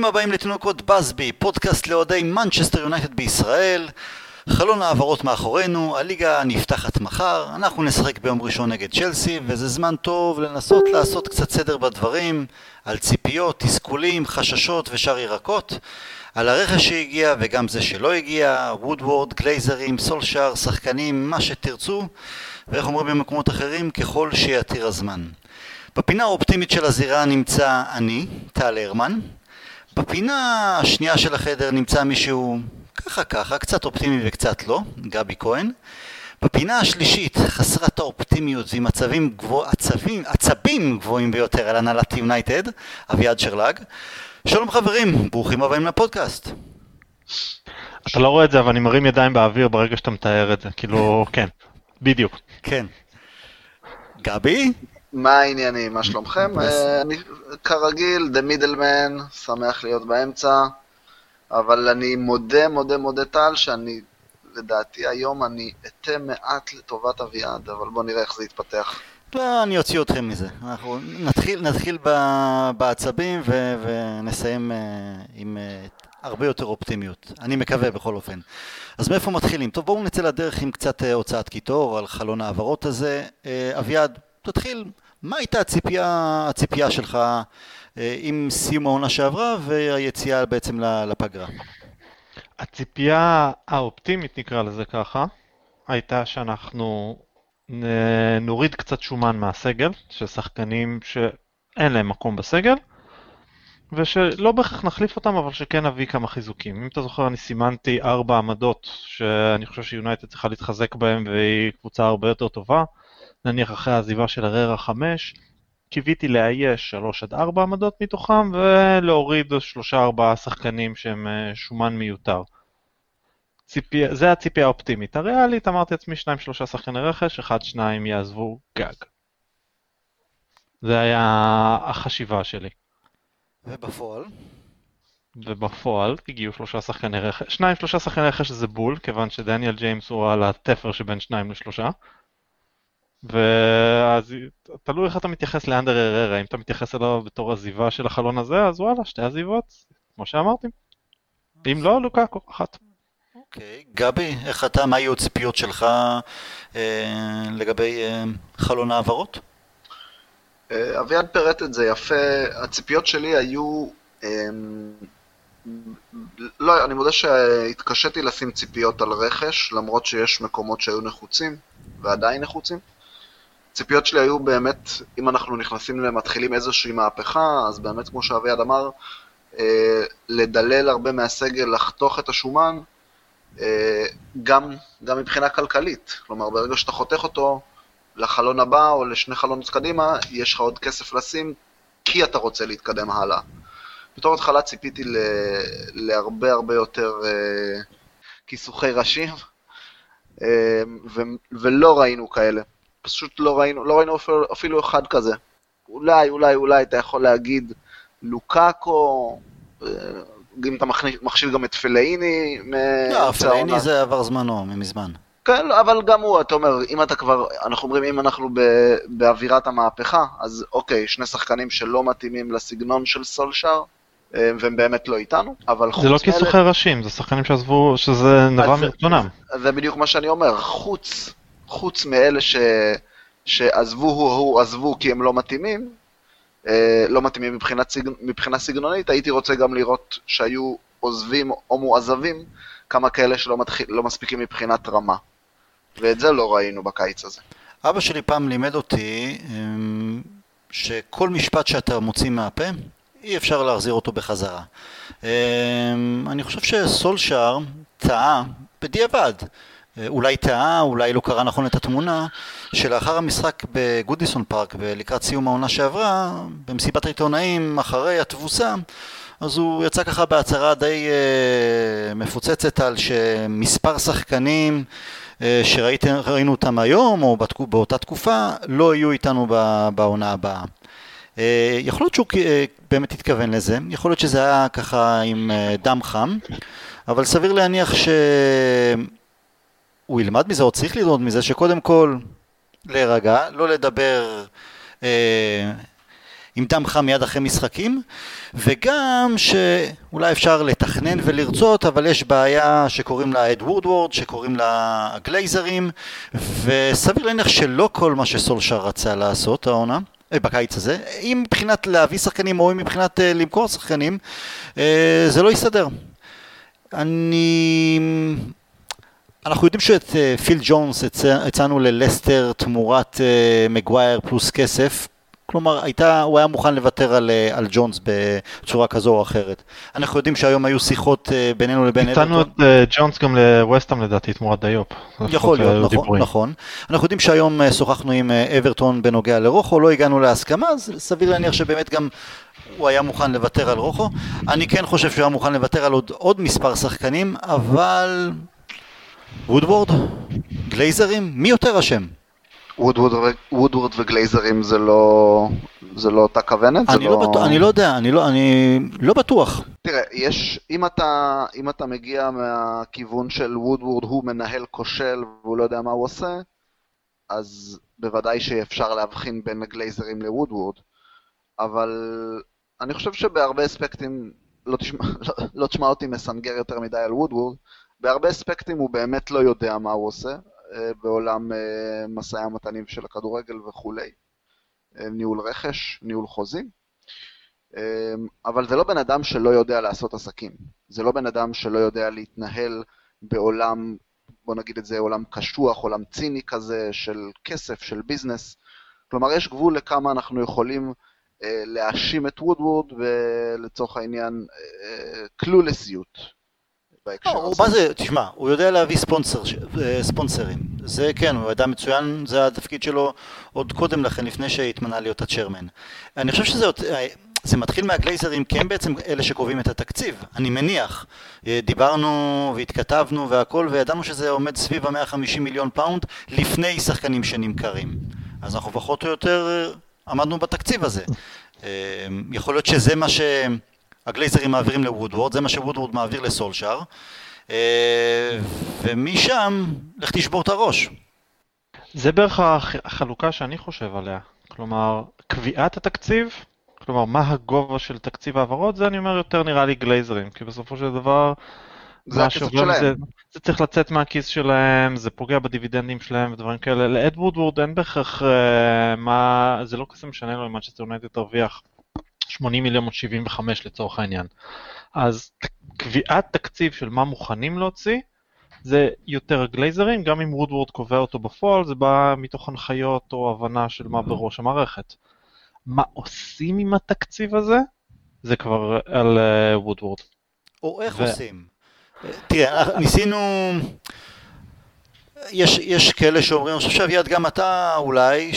הבאים לתינוקות בסבי, פודקאסט לאוהדי מנצ'סטר יונייטד בישראל. חלון העברות מאחורינו, הליגה נפתחת מחר, אנחנו נשחק ביום ראשון נגד צ'לסי, וזה זמן טוב לנסות לעשות קצת סדר בדברים, על ציפיות, תסכולים, חששות ושאר ירקות, על הרכש שהגיע וגם זה שלא הגיע, וודוורד, גלייזרים, סולשאר, שחקנים, מה שתרצו, ואיך אומרים במקומות אחרים, ככל שיתיר הזמן. בפינה האופטימית של הזירה נמצא אני, טל הרמן. בפינה השנייה של החדר נמצא מישהו ככה, קצת אופטימי וקצת לא, גבי כהן. בפינה השלישית, חסרת האופטימיות ועם עצבים גבוהים ביותר על הנהלת יונייטד, אביעד שרלג. שלום חברים, ברוכים הבאים לפודקאסט. אתה לא רואה את זה, אבל אני מרים ידיים באוויר ברגע שאתה מתאר את זה, כאילו, כן, בדיוק. כן. גבי? מה העניינים? מה שלומכם? אני כרגיל, The Middleman, שמח להיות באמצע, אבל אני מודה טל שאני, לדעתי היום אני אתן מעט לטובת אביעד, אבל בוא נראה איך זה יתפתח. לא, אני אוציא אתכם מזה. אנחנו נתחיל בעצבים ונסיים עם הרבה יותר אופטימיות. אני מקווה בכל אופן. אז מאיפה מתחילים? טוב, בואו נצא לדרך עם קצת הוצאת קיטור על חלון העברות הזה. אביעד, תתחיל. מה הייתה הציפייה שלך עם סיום העונה שעברה והיציאה בעצם לפגרה? הציפייה האופטימית, נקרא לזה ככה, הייתה שאנחנו נוריד קצת שומן מהסגל, של שחקנים שאין להם מקום בסגל, ושלא בהכרח נחליף אותם, אבל שכן נביא כמה חיזוקים. אם אתה זוכר, אני סימנתי 4 עמדות שאני חושב שיונייטד צריכה להתחזק בהם, והיא קבוצה הרבה יותר טובה. נניח אחרי העזיבה של הררה 5, קיוויתי לאייש 3-4 עמדות מתוכם, ולהוריד 3-4 שחקנים שהם שומן מיותר. זה הציפייה האופטימית. הריאלית, אמרתי עצמי 2-3 שחקני רכש, 1-2 יעזבו גג. זה היה החשיבה שלי. ובפועל הגיעו 3 שחקני רכש. 2-3 שחקני רכש זה בול, כיוון שדניאל ג'יימס הוא על התפר שבין 2-3. ואז תלוי איך אתה מתייחס לאנדר הררה, אם אתה מתייחס אליו בתור עזיבה של החלון הזה, אז וואלה, 2 עזיבות, כמו שאמרתי. אם לא, לוקאקו, 1. אוקיי, גבי, איך אתה, מה היו הציפיות שלך לגבי חלון העברות? אביעד פירט את זה יפה, הציפיות שלי היו, לא, אני מודה שהתקשיתי לשים ציפיות על רכש, למרות שיש מקומות שהיו נחוצים, ועדיין נחוצים. ציפיות שלי היו באמת, אם אנחנו נכנסים למתחילים איזושהי מהפכה, אז באמת כמו שאביעד אמר, לדלל הרבה מהסגל, לחתוך את השומן, גם מבחינה כלכלית. כלומר, ברגע שאתה חותך אותו לחלון הבא או לשני חלונות קדימה, יש לך עוד כסף לשים, כי אתה רוצה להתקדם הלאה. בתור התחלה ציפיתי להרבה יותר כיסוכי ראשים, ולא ראינו כאלה. פשוט לא ראינו אפילו אחד כזה. אולי אתה יכול להגיד לוקאקו, אם אתה מחשיב גם את פלאיני. לא, פלאיני זה עבר זמנו, מזמן. כן, אבל גם הוא, אתה אומר, אם אתה כבר, אנחנו אומרים, אם אנחנו באווירת המהפכה, אז אוקיי, 2 שחקנים שלא מתאימים לסגנון של סולשאר, והם באמת לא איתנו, אבל זה לא כיסוכי ראשים, זה שחקנים שעזבו, שזה נבע מרצונם. זה בדיוק מה שאני אומר, חוץ מאלה שעזבו עזבו כי הם לא מתאימים, מבחינה סגנונית, הייתי רוצה גם לראות שהיו עוזבים או מועזבים, כמה כאלה שלא מספיקים מבחינת רמה. ואת זה לא ראינו בקיץ הזה. אבא שלי פעם לימד אותי שכל משפט שאתה מוציא מהפה, אי אפשר להחזיר אותו בחזרה. אני חושב שסולשאר טעה בדיעבד. אולי טעה, אולי לא קרא נכון את התמונה, שלאחר המשחק בגודיסון פארק ולקראת סיום העונה שעברה, במסיבת העיתונאים אחרי התבוסה, אז הוא יצא ככה בהצהרה די מפוצצת על שמספר שחקנים שראינו אותם היום או באותה תקופה לא יהיו איתנו בעונה הבאה. יכול להיות שהוא באמת התכוון לזה, יכול להיות שזה היה ככה עם דם חם, אבל סביר להניח הוא ילמד מזה או צריך ללמוד מזה שקודם כל להירגע, לא לדבר עם דם חם מיד אחרי משחקים, וגם שאולי אפשר לתכנן ולרצות, אבל יש בעיה שקוראים לה אד וודוורד, שקוראים לה הגלייזרים, וסביר להניח שלא כל מה שסולשר רצה לעשות העונה, בקיץ הזה, אם מבחינת להביא שחקנים או אם מבחינת למכור שחקנים, זה לא יסתדר. אנחנו יודעים שאת פיל ג'ונס הצענו ללסטר תמורת מגווייר פלוס כסף, כלומר הוא היה מוכן לוותר על ג'ונס בצורה כזו או אחרת. אנחנו יודעים שהיום היו שיחות בינינו לבין הצענו את ג'ונס גם לווסטהאם לדעתי תמורת דיופ. יכול להיות, נכון. אנחנו יודעים שהיום שוחחנו עם אברטון בנוגע לרוחו, לא הגענו להסכמה, אז סביר להניח שבאמת גם הוא היה מוכן לוותר על רוחו. אני כן חושב שהוא היה מוכן לוותר על עוד מספר שחקנים, אבל וודוורד, גלייזרים, מי יותר אשם? וודוורד וגלייזרים זה לא אותה כוונת? אני לא יודע, אני לא בטוח. תראה, אם אתה מגיע מהכיוון של וודוורד, הוא מנהל כושל והוא לא יודע מה הוא עושה, אז בוודאי שאפשר להבחין בין הגלייזרים לוודוורד, אבל אני חושב שבהרבה אספקטים, לא תשמע אותי מסנגר יותר מדי על וודוורד, בהרבה אספקטים הוא באמת לא יודע מה הוא עושה, בעולם מסעי המתנים של הכדורגל וכולי, ניהול רכש, ניהול חוזים, אבל זה לא בן אדם שלא יודע לעשות עסקים, זה לא בן אדם שלא יודע להתנהל בעולם, בוא נגיד את זה, עולם קשוח, עולם ציני כזה של כסף, של ביזנס, כלומר יש גבול לכמה אנחנו יכולים להאשים את וודוורד ולצורך העניין קלולסיות. תשמע, הוא יודע להביא ספונסרים, זה כן, הוא ידע מצוין, זה התפקיד שלו עוד קודם לכן, לפני שהתמנה להיות הצ'רמן. אני חושב שזה מתחיל מהגלייזרים, כי הם בעצם אלה שקובעים את התקציב, אני מניח. דיברנו והתכתבנו והכל, וידענו שזה עומד סביב ה-150 מיליון פאונד לפני שחקנים שנמכרים. אז אנחנו פחות או יותר עמדנו בתקציב הזה. יכול להיות שזה מה הגלייזרים מעבירים לוודוורד, זה מה שוודוורד מעביר לסולשר, ומשם לך תשבור את הראש. זה בערך החלוקה שאני חושב עליה, כלומר, קביעת התקציב, כלומר, מה הגובה של תקציב העברות, זה אני אומר יותר נראה לי גלייזרים, כי בסופו של דבר, זה הכסף שלהם. זה צריך לצאת מהכיס שלהם, זה פוגע בדיבידנדים שלהם ודברים כאלה, לאד וודוורד אין בהכרח זה לא כזה משנה לו אם מנצ'סטר יונייטד תרוויח 80 מיליון 75 לצורך העניין. אז קביעת תקציב של מה מוכנים להוציא, זה יותר הגלייזרים, גם אם וודוורד קובע אותו בפועל, זה בא מתוך הנחיות או הבנה של מה בראש המערכת. מה עושים עם התקציב הזה? זה כבר על וודוורד. או איך עושים? תראה, ניסינו, יש כאלה שאומרים, אני חושב שאביעד גם אתה אולי,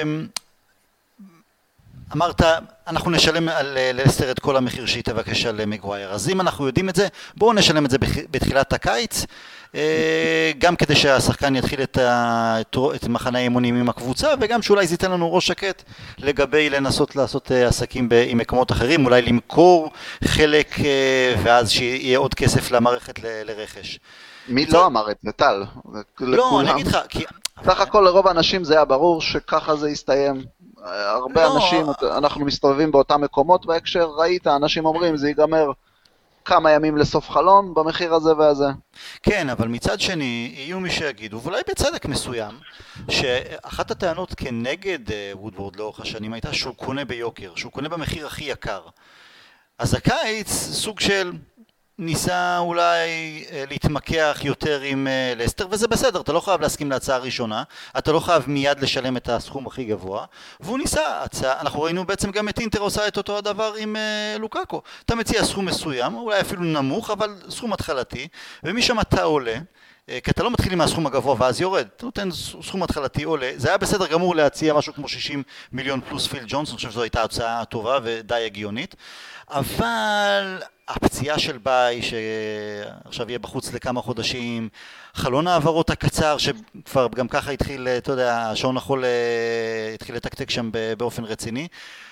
אמרת, אנחנו נשלם ללסטר את כל המחיר שהיא תבקש על מגווייר. אז אם אנחנו יודעים את זה, בואו נשלם את זה בתחילת הקיץ, גם כדי שהשחקן יתחיל את מחנה האימונים עם הקבוצה, וגם שאולי זה ייתן לנו ראש שקט לגבי לנסות לעשות עסקים עם מקומות אחרים, אולי למכור חלק, ואז שיהיה עוד כסף למערכת לרכש. מי לא אמר את זה, טל? לא, אני אגיד לך, סך הכל לרוב האנשים זה היה ברור שככה זה יסתיים. הרבה אנשים, אנחנו מסתובבים באותם מקומות בהקשר, ראית, אנשים אומרים זה ייגמר כמה ימים לסוף חלון במחיר הזה והזה. כן, אבל מצד שני, יהיו מי שיגידו, ואולי בצדק מסוים, שאחת הטענות כנגד וודוורד לאורך השנים הייתה שהוא קונה ביוקר, שהוא קונה במחיר הכי יקר. אז הקיץ סוג של ניסה אולי להתמקח יותר עם לסטר, וזה בסדר, אתה לא חייב להסכים להצעה הראשונה, אתה לא חייב מיד לשלם את הסכום הכי גבוה, והוא ניסה הצעה, אנחנו ראינו בעצם גם את אינטר עושה את אותו הדבר עם לוקאקו, אתה מציע סכום מסוים, אולי אפילו נמוך, אבל סכום התחלתי, ומשם אתה עולה, כי אתה לא מתחיל עם הסכום הגבוה ואז יורד, אתה נותן סכום התחלתי עולה, זה היה בסדר גמור להציע משהו כמו 60 מיליון פלוס פיל ג'ונס, אני חושב שזו הייתה הצעה טובה ודי הגיונית, אבל הפציעה של ביי שעכשיו יהיה בחוץ לכמה חודשים, חלון העברות הקצר שכבר גם ככה התחיל, אתה יודע, השעון החול התחיל לתקתק שם באופן רציני,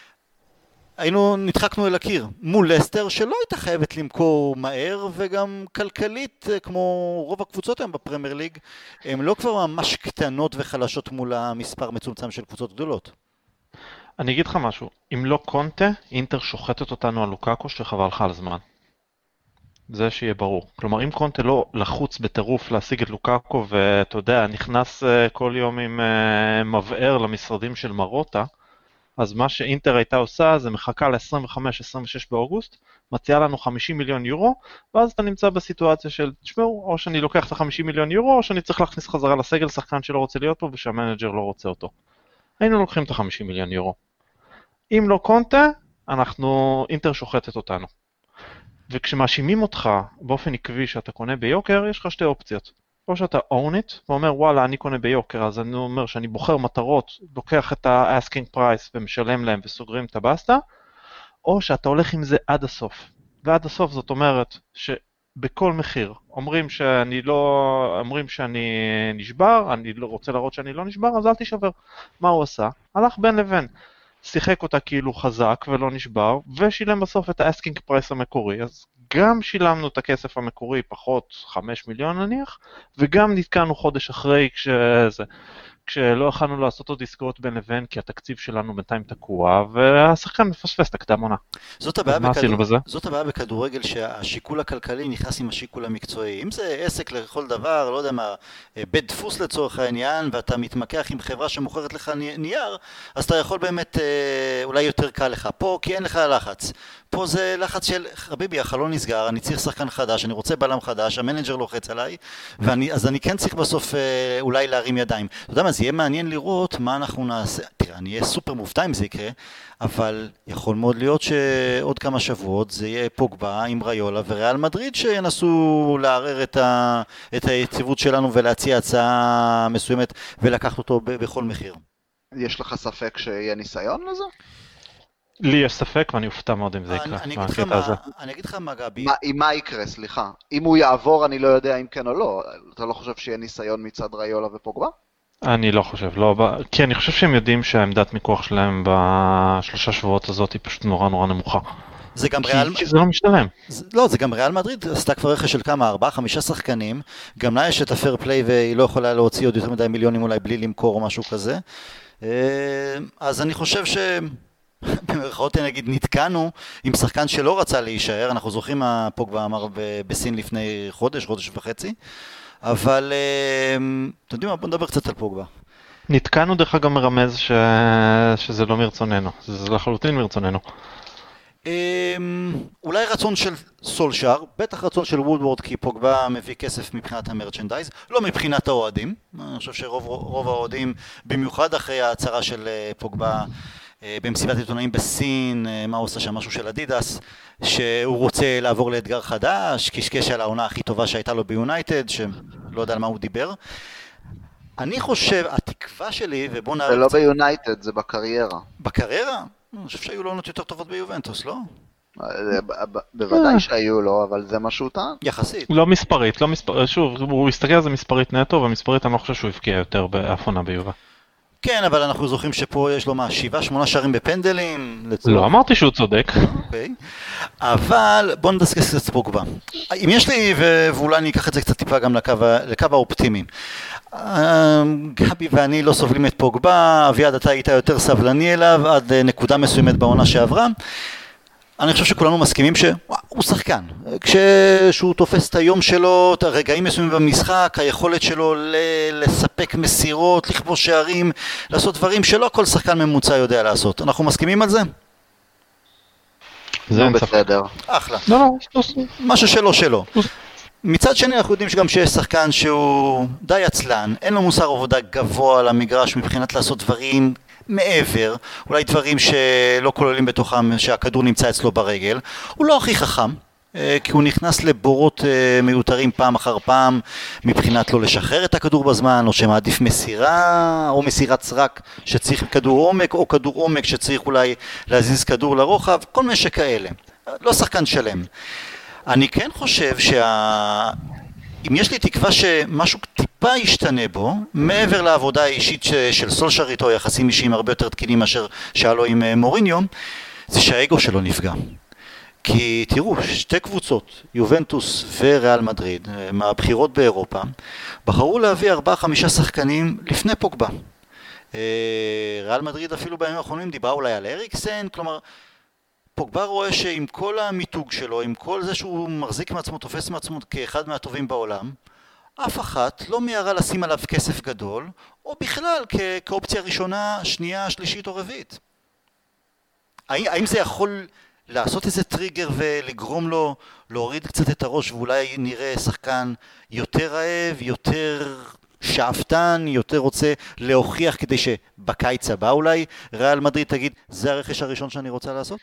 נדחקנו אל הקיר מול לסטר שלא הייתה חייבת למכור מהר, וגם כלכלית כמו רוב הקבוצות היום בפרמייר ליג הן לא כבר ממש קטנות וחלשות מול המספר מצומצם של קבוצות גדולות. אני אגיד לך משהו, אם לא קונטה, אינטר שוחטת אותנו על לוקאקו שחבל לך על זמן. זה שיהיה ברור. כלומר, אם קונטה לא לחוץ בטירוף להשיג את לוקאקו, ואתה יודע, נכנס כל יום עם מבער למשרדים של מרוטה, אז מה שאינטר הייתה עושה, זה מחכה ל-25-26 באוגוסט, מציעה לנו 50 מיליון יורו, ואז אתה נמצא בסיטואציה של, תשמעו, או שאני לוקח את ה-50 מיליון יורו, או שאני צריך להכניס חזרה לסגל שחקן שלא רוצה להיות פה, ושהמנג'ר לא רוצה אותו. היינו לוקחים את ה-50 מיליון יורו. אם לא קונטה, אינטר שוחטת אותנו. וכשמאשימים אותך באופן עקבי שאתה קונה ביוקר, יש לך שתי אופציות. או שאתה own it, ואומר וואלה אני קונה ביוקר, אז אני אומר שאני בוחר מטרות, לוקח את ה-asking price ומשלם להם וסוגרים את הבאסטה, או שאתה הולך עם זה עד הסוף. ועד הסוף זאת אומרת שבכל מחיר אומרים שאני נשבר, אני לא רוצה להראות שאני לא נשבר, אז אל תישבר. מה הוא עשה? הלך בין לבין. שיחק אותה כאילו חזק ולא נשבר, ושילם בסוף את ה-asking price המקורי, אז גם שילמנו את הכסף המקורי פחות 5 מיליון נניח, וגם נתקענו חודש אחרי כשלא יכולנו לעשות עוד עסקאות בין לבין, כי התקציב שלנו בינתיים תקוע, והשחקן מפספס את הקדם עונה. זאת הבעיה בכדורגל, שהשיקול הכלכלי נכנס עם השיקול המקצועי. אם זה עסק לכל דבר, לא יודע מה, בית דפוס לצורך העניין, ואתה מתמקח עם חברה שמוכרת לך נייר, אז אתה יכול באמת, אולי יותר קל לך פה, כי אין לך לחץ. פה זה לחץ של, חביבי, החלון נסגר, אני צריך שחקן חדש, אני רוצה בלם חדש, המנג'ר לוחץ עליי, אז אני כן צריך בסוף אולי להרים ידיים. אתה יודע מה, זה יהיה מעניין לראות מה אנחנו נעשה. תראה, אני אהיה סופר מופתע אם זה יקרה, אבל יכול מאוד להיות שעוד כמה שבועות זה יהיה פוגבה עם ריולה וריאל מדריד שינסו לערער את היציבות שלנו ולהציע הצעה מסוימת ולקחת אותו בכל מחיר. יש לך ספק שיהיה ניסיון לזה? לי יש ספק ואני אופתע מאוד אם זה יקרה. אני אגיד לך מה גבי. מה יקרה, סליחה? אם הוא יעבור אני לא יודע אם כן או לא. אתה לא חושב שיהיה ניסיון מצד ריולה ופוגבה? אני לא חושב, כי אני חושב שהם יודעים שהעמדת מיקוח שלהם בשלושה שבועות הזאת היא פשוט נורא נורא נמוכה. זה גם כי זה לא משתלם. לא, זה גם ריאל מדריד עשתה כבר רכש של כמה, 4-5 שחקנים, גם לה יש את הפייר פליי והיא לא יכולה להוציא עוד יותר מדי מיליונים אולי בלי למכור או משהו כזה. אז אני חושב במרכאות נגיד נתקענו עם שחקן שלא רצה להישאר, אנחנו זוכרים מה פוגבה אמר בסין לפני חודש וחצי, אבל אתם יודעים מה, בוא נדבר קצת על פוגבה. נתקענו דרך אגב מרמז שזה לא מרצוננו, זה לחלוטין מרצוננו. אולי רצון של סולשר, בטח רצון של וודוורד, כי פוגבה מביא כסף מבחינת המרצ'נדייז, לא מבחינת האוהדים. אני חושב שרוב האוהדים, במיוחד אחרי ההצהרה של פוגבה במסיבת עיתונאים בסין, מה הוא עושה שם, משהו של אדידס, שהוא רוצה לעבור לאתגר חדש, קשקש על העונה הכי טובה שהייתה לו ביונייטד, שלא יודע על מה הוא דיבר. אני חושב, התקווה שלי, ובוא נערך... זה לא ביונייטד, זה בקריירה. בקריירה? אני חושב שהיו לו עונות יותר טובות ביובנטוס, לא? בוודאי שהיו לו, אבל זה משהו טען. יחסית. לא מספרית, שוב, הוא הסתכל על זה מספרית נטו, ומספרית אני לא חושב שהוא הבקיע יותר באף עונה ביובה. כן, אבל אנחנו זוכרים שפה יש לו 7-8 שערים בפנדלים. לא אמרתי שהוא צודק. אוקיי. אבל בוא נדסקס קצת פוגבה. אם יש לי, ואולי אני אקח את זה קצת טיפה גם לקו האופטימי. גבי ואני לא סובלים את פוגבה, אביעד אתה היית יותר סבלני אליו עד נקודה מסוימת בעונה שעברה. אני חושב שכולנו מסכימים שהוא שחקן. כשהוא תופס את היום שלו, את הרגעים מסוימים במשחק, היכולת שלו לספק מסירות, לכבוש שערים, לעשות דברים שלא כל שחקן ממוצע יודע לעשות. אנחנו מסכימים על זה? זה בסדר. אחלה. לא. משהו שלו. מצד שני אנחנו יודעים שגם שיש שחקן שהוא די עצלן, אין לו מוסר עבודה גבוה על המגרש מבחינת לעשות דברים מעבר, אולי דברים שלא כוללים בתוכם שהכדור נמצא אצלו ברגל. הוא לא הכי חכם, כי הוא נכנס לבורות מיותרים פעם אחר פעם מבחינת לא לשחרר את הכדור בזמן, או שמעדיף מסירה או מסירת סרק שצריך כדור עומק, או כדור עומק שצריך אולי להזיז כדור לרוחב, כל מיני שכאלה. לא שחקן שלם. אני כן חושב אם יש לי תקווה שמשהו טיפה ישתנה בו, מעבר לעבודה האישית של סולשר איתו, יחסים אישיים הרבה יותר תקינים מאשר שהיה לו עם מוריניו, זה שהאגו שלו נפגע. כי תראו, שתי קבוצות, יובנטוס וריאל מדריד, מהבחירות באירופה, בחרו להביא 4-5 שחקנים לפני פוגבה. ריאל מדריד אפילו בימים האחרונים דיברה אולי על אריקסן, כלומר פוגבה רואה שעם כל המיתוג שלו, עם כל זה שהוא מחזיק מעצמו, תופס מעצמו כאחד מהטובים בעולם, אף אחת לא מיהרה לשים עליו כסף גדול, או בכלל כאופציה ראשונה, שנייה, שלישית או רביעית. האם זה יכול לעשות איזה טריגר ולגרום לו להוריד קצת את הראש, ואולי נראה שחקן יותר רעב, יותר שאפתן, יותר רוצה להוכיח, כדי שבקיץ הבא אולי ריאל מדריד תגיד, זה הרכש הראשון שאני רוצה לעשות?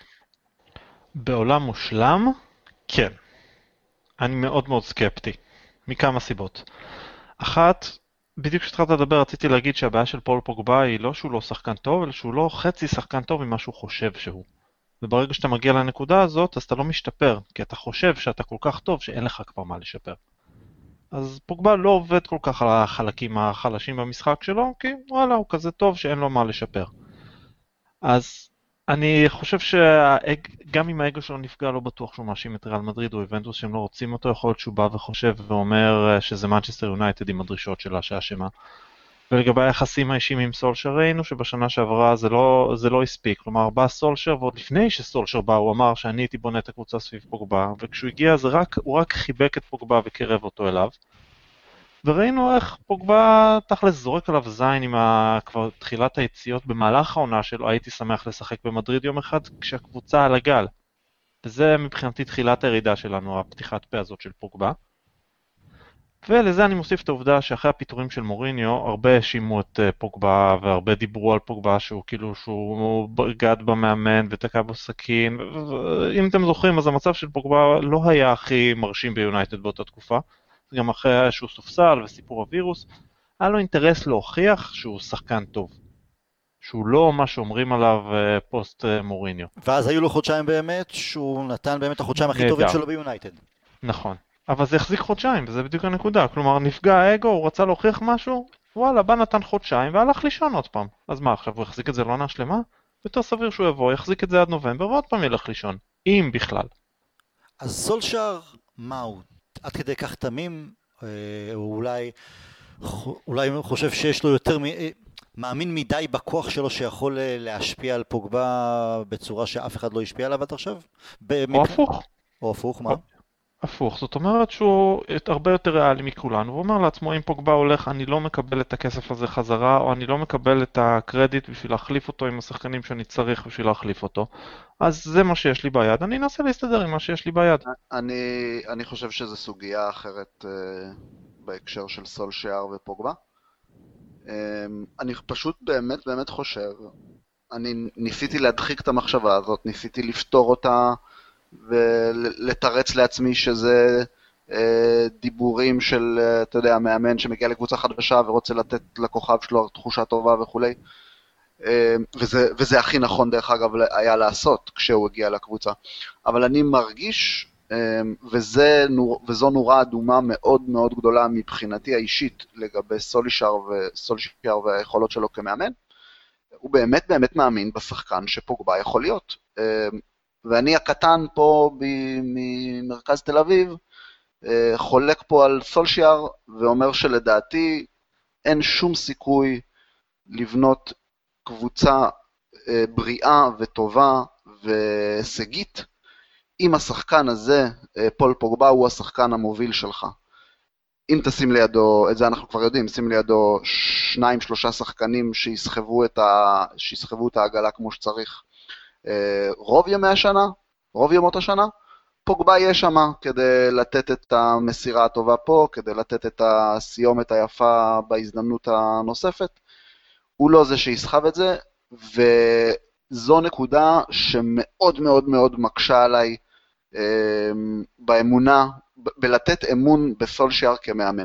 בעולם מושלם, כן. אני מאוד מאוד סקפטי, מכמה סיבות. אחת, בדיוק כשהתחלת לדבר רציתי להגיד שהבעיה של פול פוגבה היא לא שהוא לא שחקן טוב, אלא שהוא לא חצי שחקן טוב ממה שהוא חושב שהוא. וברגע שאתה מגיע לנקודה הזאת, אז אתה לא משתפר, כי אתה חושב שאתה כל כך טוב שאין לך כבר מה לשפר. אז פוגבה לא עובד כל כך על החלקים החלשים במשחק שלו, כי וואלה, הוא כזה טוב שאין לו מה לשפר. אז אני חושב שגם אם האגו שלו נפגע, לא בטוח שהוא מאשים את ריאל מדריד או יובנטוס שהם לא רוצים אותו, יכול להיות שהוא בא וחושב ואומר שזה מנצ'סטר יונייטד עם הדרישות שלה שהאשמה. ולגבי היחסים האישיים עם סולשר ראינו שבשנה שעברה זה לא הספיק, כלומר בא סולשר ועוד לפני שסולשר בא הוא אמר שאני הייתי בונה את הקבוצה סביב פוגבה, וכשהוא הגיע הוא רק חיבק את פוגבה וקרב אותו אליו, וראינו איך פוגבה תכלס זורק עליו זין עם כבר תחילת היציאות במהלך העונה שלו, הייתי שמח לשחק במדריד יום אחד כשהקבוצה על הגל, וזה מבחינתי תחילת הירידה שלנו, הפתיחת פה הזאת של פוגבה. ולזה אני מוסיף את העובדה שאחרי הפיטורים של מוריניו, הרבה האשימו את פוגבה, והרבה דיברו על פוגבה שהוא כאילו שהוא בגד במאמן ותקע בו סכין. אם אתם זוכרים, אז המצב של פוגבה לא היה הכי מרשים ביונייטד באותה תקופה. גם אחרי שהוא סופסל וסיפור הווירוס, היה לו אינטרס להוכיח שהוא שחקן טוב. שהוא לא מה שאומרים עליו פוסט מוריניו. ואז היו לו חודשיים באמת, שהוא נתן באמת החודשיים הכי טובים שלו ביונייטד. נכון. אבל זה החזיק חודשיים, וזה בדיוק הנקודה. כלומר, נפגע האגו, הוא רצה להוכיח משהו, וואלה, בא נתן חודשיים, והלך לישון עוד פעם. אז מה, עכשיו הוא יחזיק את זה לעונה שלמה? יותר סביר שהוא יבוא, יחזיק את זה עד נובמבר, ועוד פעם ילך לישון. אם בכלל. אז סולשר, מה הוא? עד כדי כך תמים, אולי חושב שיש לו יותר, מאמין מדי בכוח שלו שיכול להשפיע על פוגבה בצורה שאף אחד לא ישפיע עליו עד עכשיו? או הפוך. או הפוך, מה? הפוך, זאת אומרת שהוא הרבה יותר ריאלי מכולנו, הוא אומר לעצמו אם פוגבה הולך אני לא מקבל את הכסף הזה חזרה, או אני לא מקבל את הקרדיט בשביל להחליף אותו עם השחקנים שאני צריך בשביל להחליף אותו, אז זה מה שיש לי ביד, אני אנסה להסתדר עם מה שיש לי ביד. אני חושב שזו סוגיה אחרת בהקשר של סולשייר ופוגבה. אני פשוט באמת באמת חושב, אני ניסיתי להדחיק את המחשבה הזאת, ניסיתי לפתור אותה, ולתרץ לעצמי שזה דיבורים של, אתה יודע, מאמן שמגיע לקבוצה חדשה ורוצה לתת לכוכב שלו תחושה טובה וכולי. וזה הכי נכון דרך אגב היה לעשות כשהוא הגיע לקבוצה. אבל אני מרגיש, וזו נורה אדומה מאוד מאוד גדולה מבחינתי האישית לגבי סולשייר והיכולות שלו כמאמן. הוא באמת באמת מאמין בשחקן שפוגבה יכול להיות. ואני הקטן פה ממרכז תל אביב, חולק פה על סולשייר, ואומר שלדעתי אין שום סיכוי לבנות קבוצה בריאה וטובה והישגית, אם השחקן הזה, פול פוגבה, הוא השחקן המוביל שלך. אם תשים לידו, את זה אנחנו כבר יודעים, שים לידו 2-3 שחקנים שיסחבו את העגלה כמו שצריך, רוב ימות השנה, פוגבה יהיה שמה כדי לתת את המסירה הטובה פה, כדי לתת את הסיומת היפה בהזדמנות הנוספת. הוא לא זה שיסחב את זה, וזו נקודה שמאוד מאוד מאוד מקשה עליי באמונה, בלתת אמון בסולשייר כמאמן.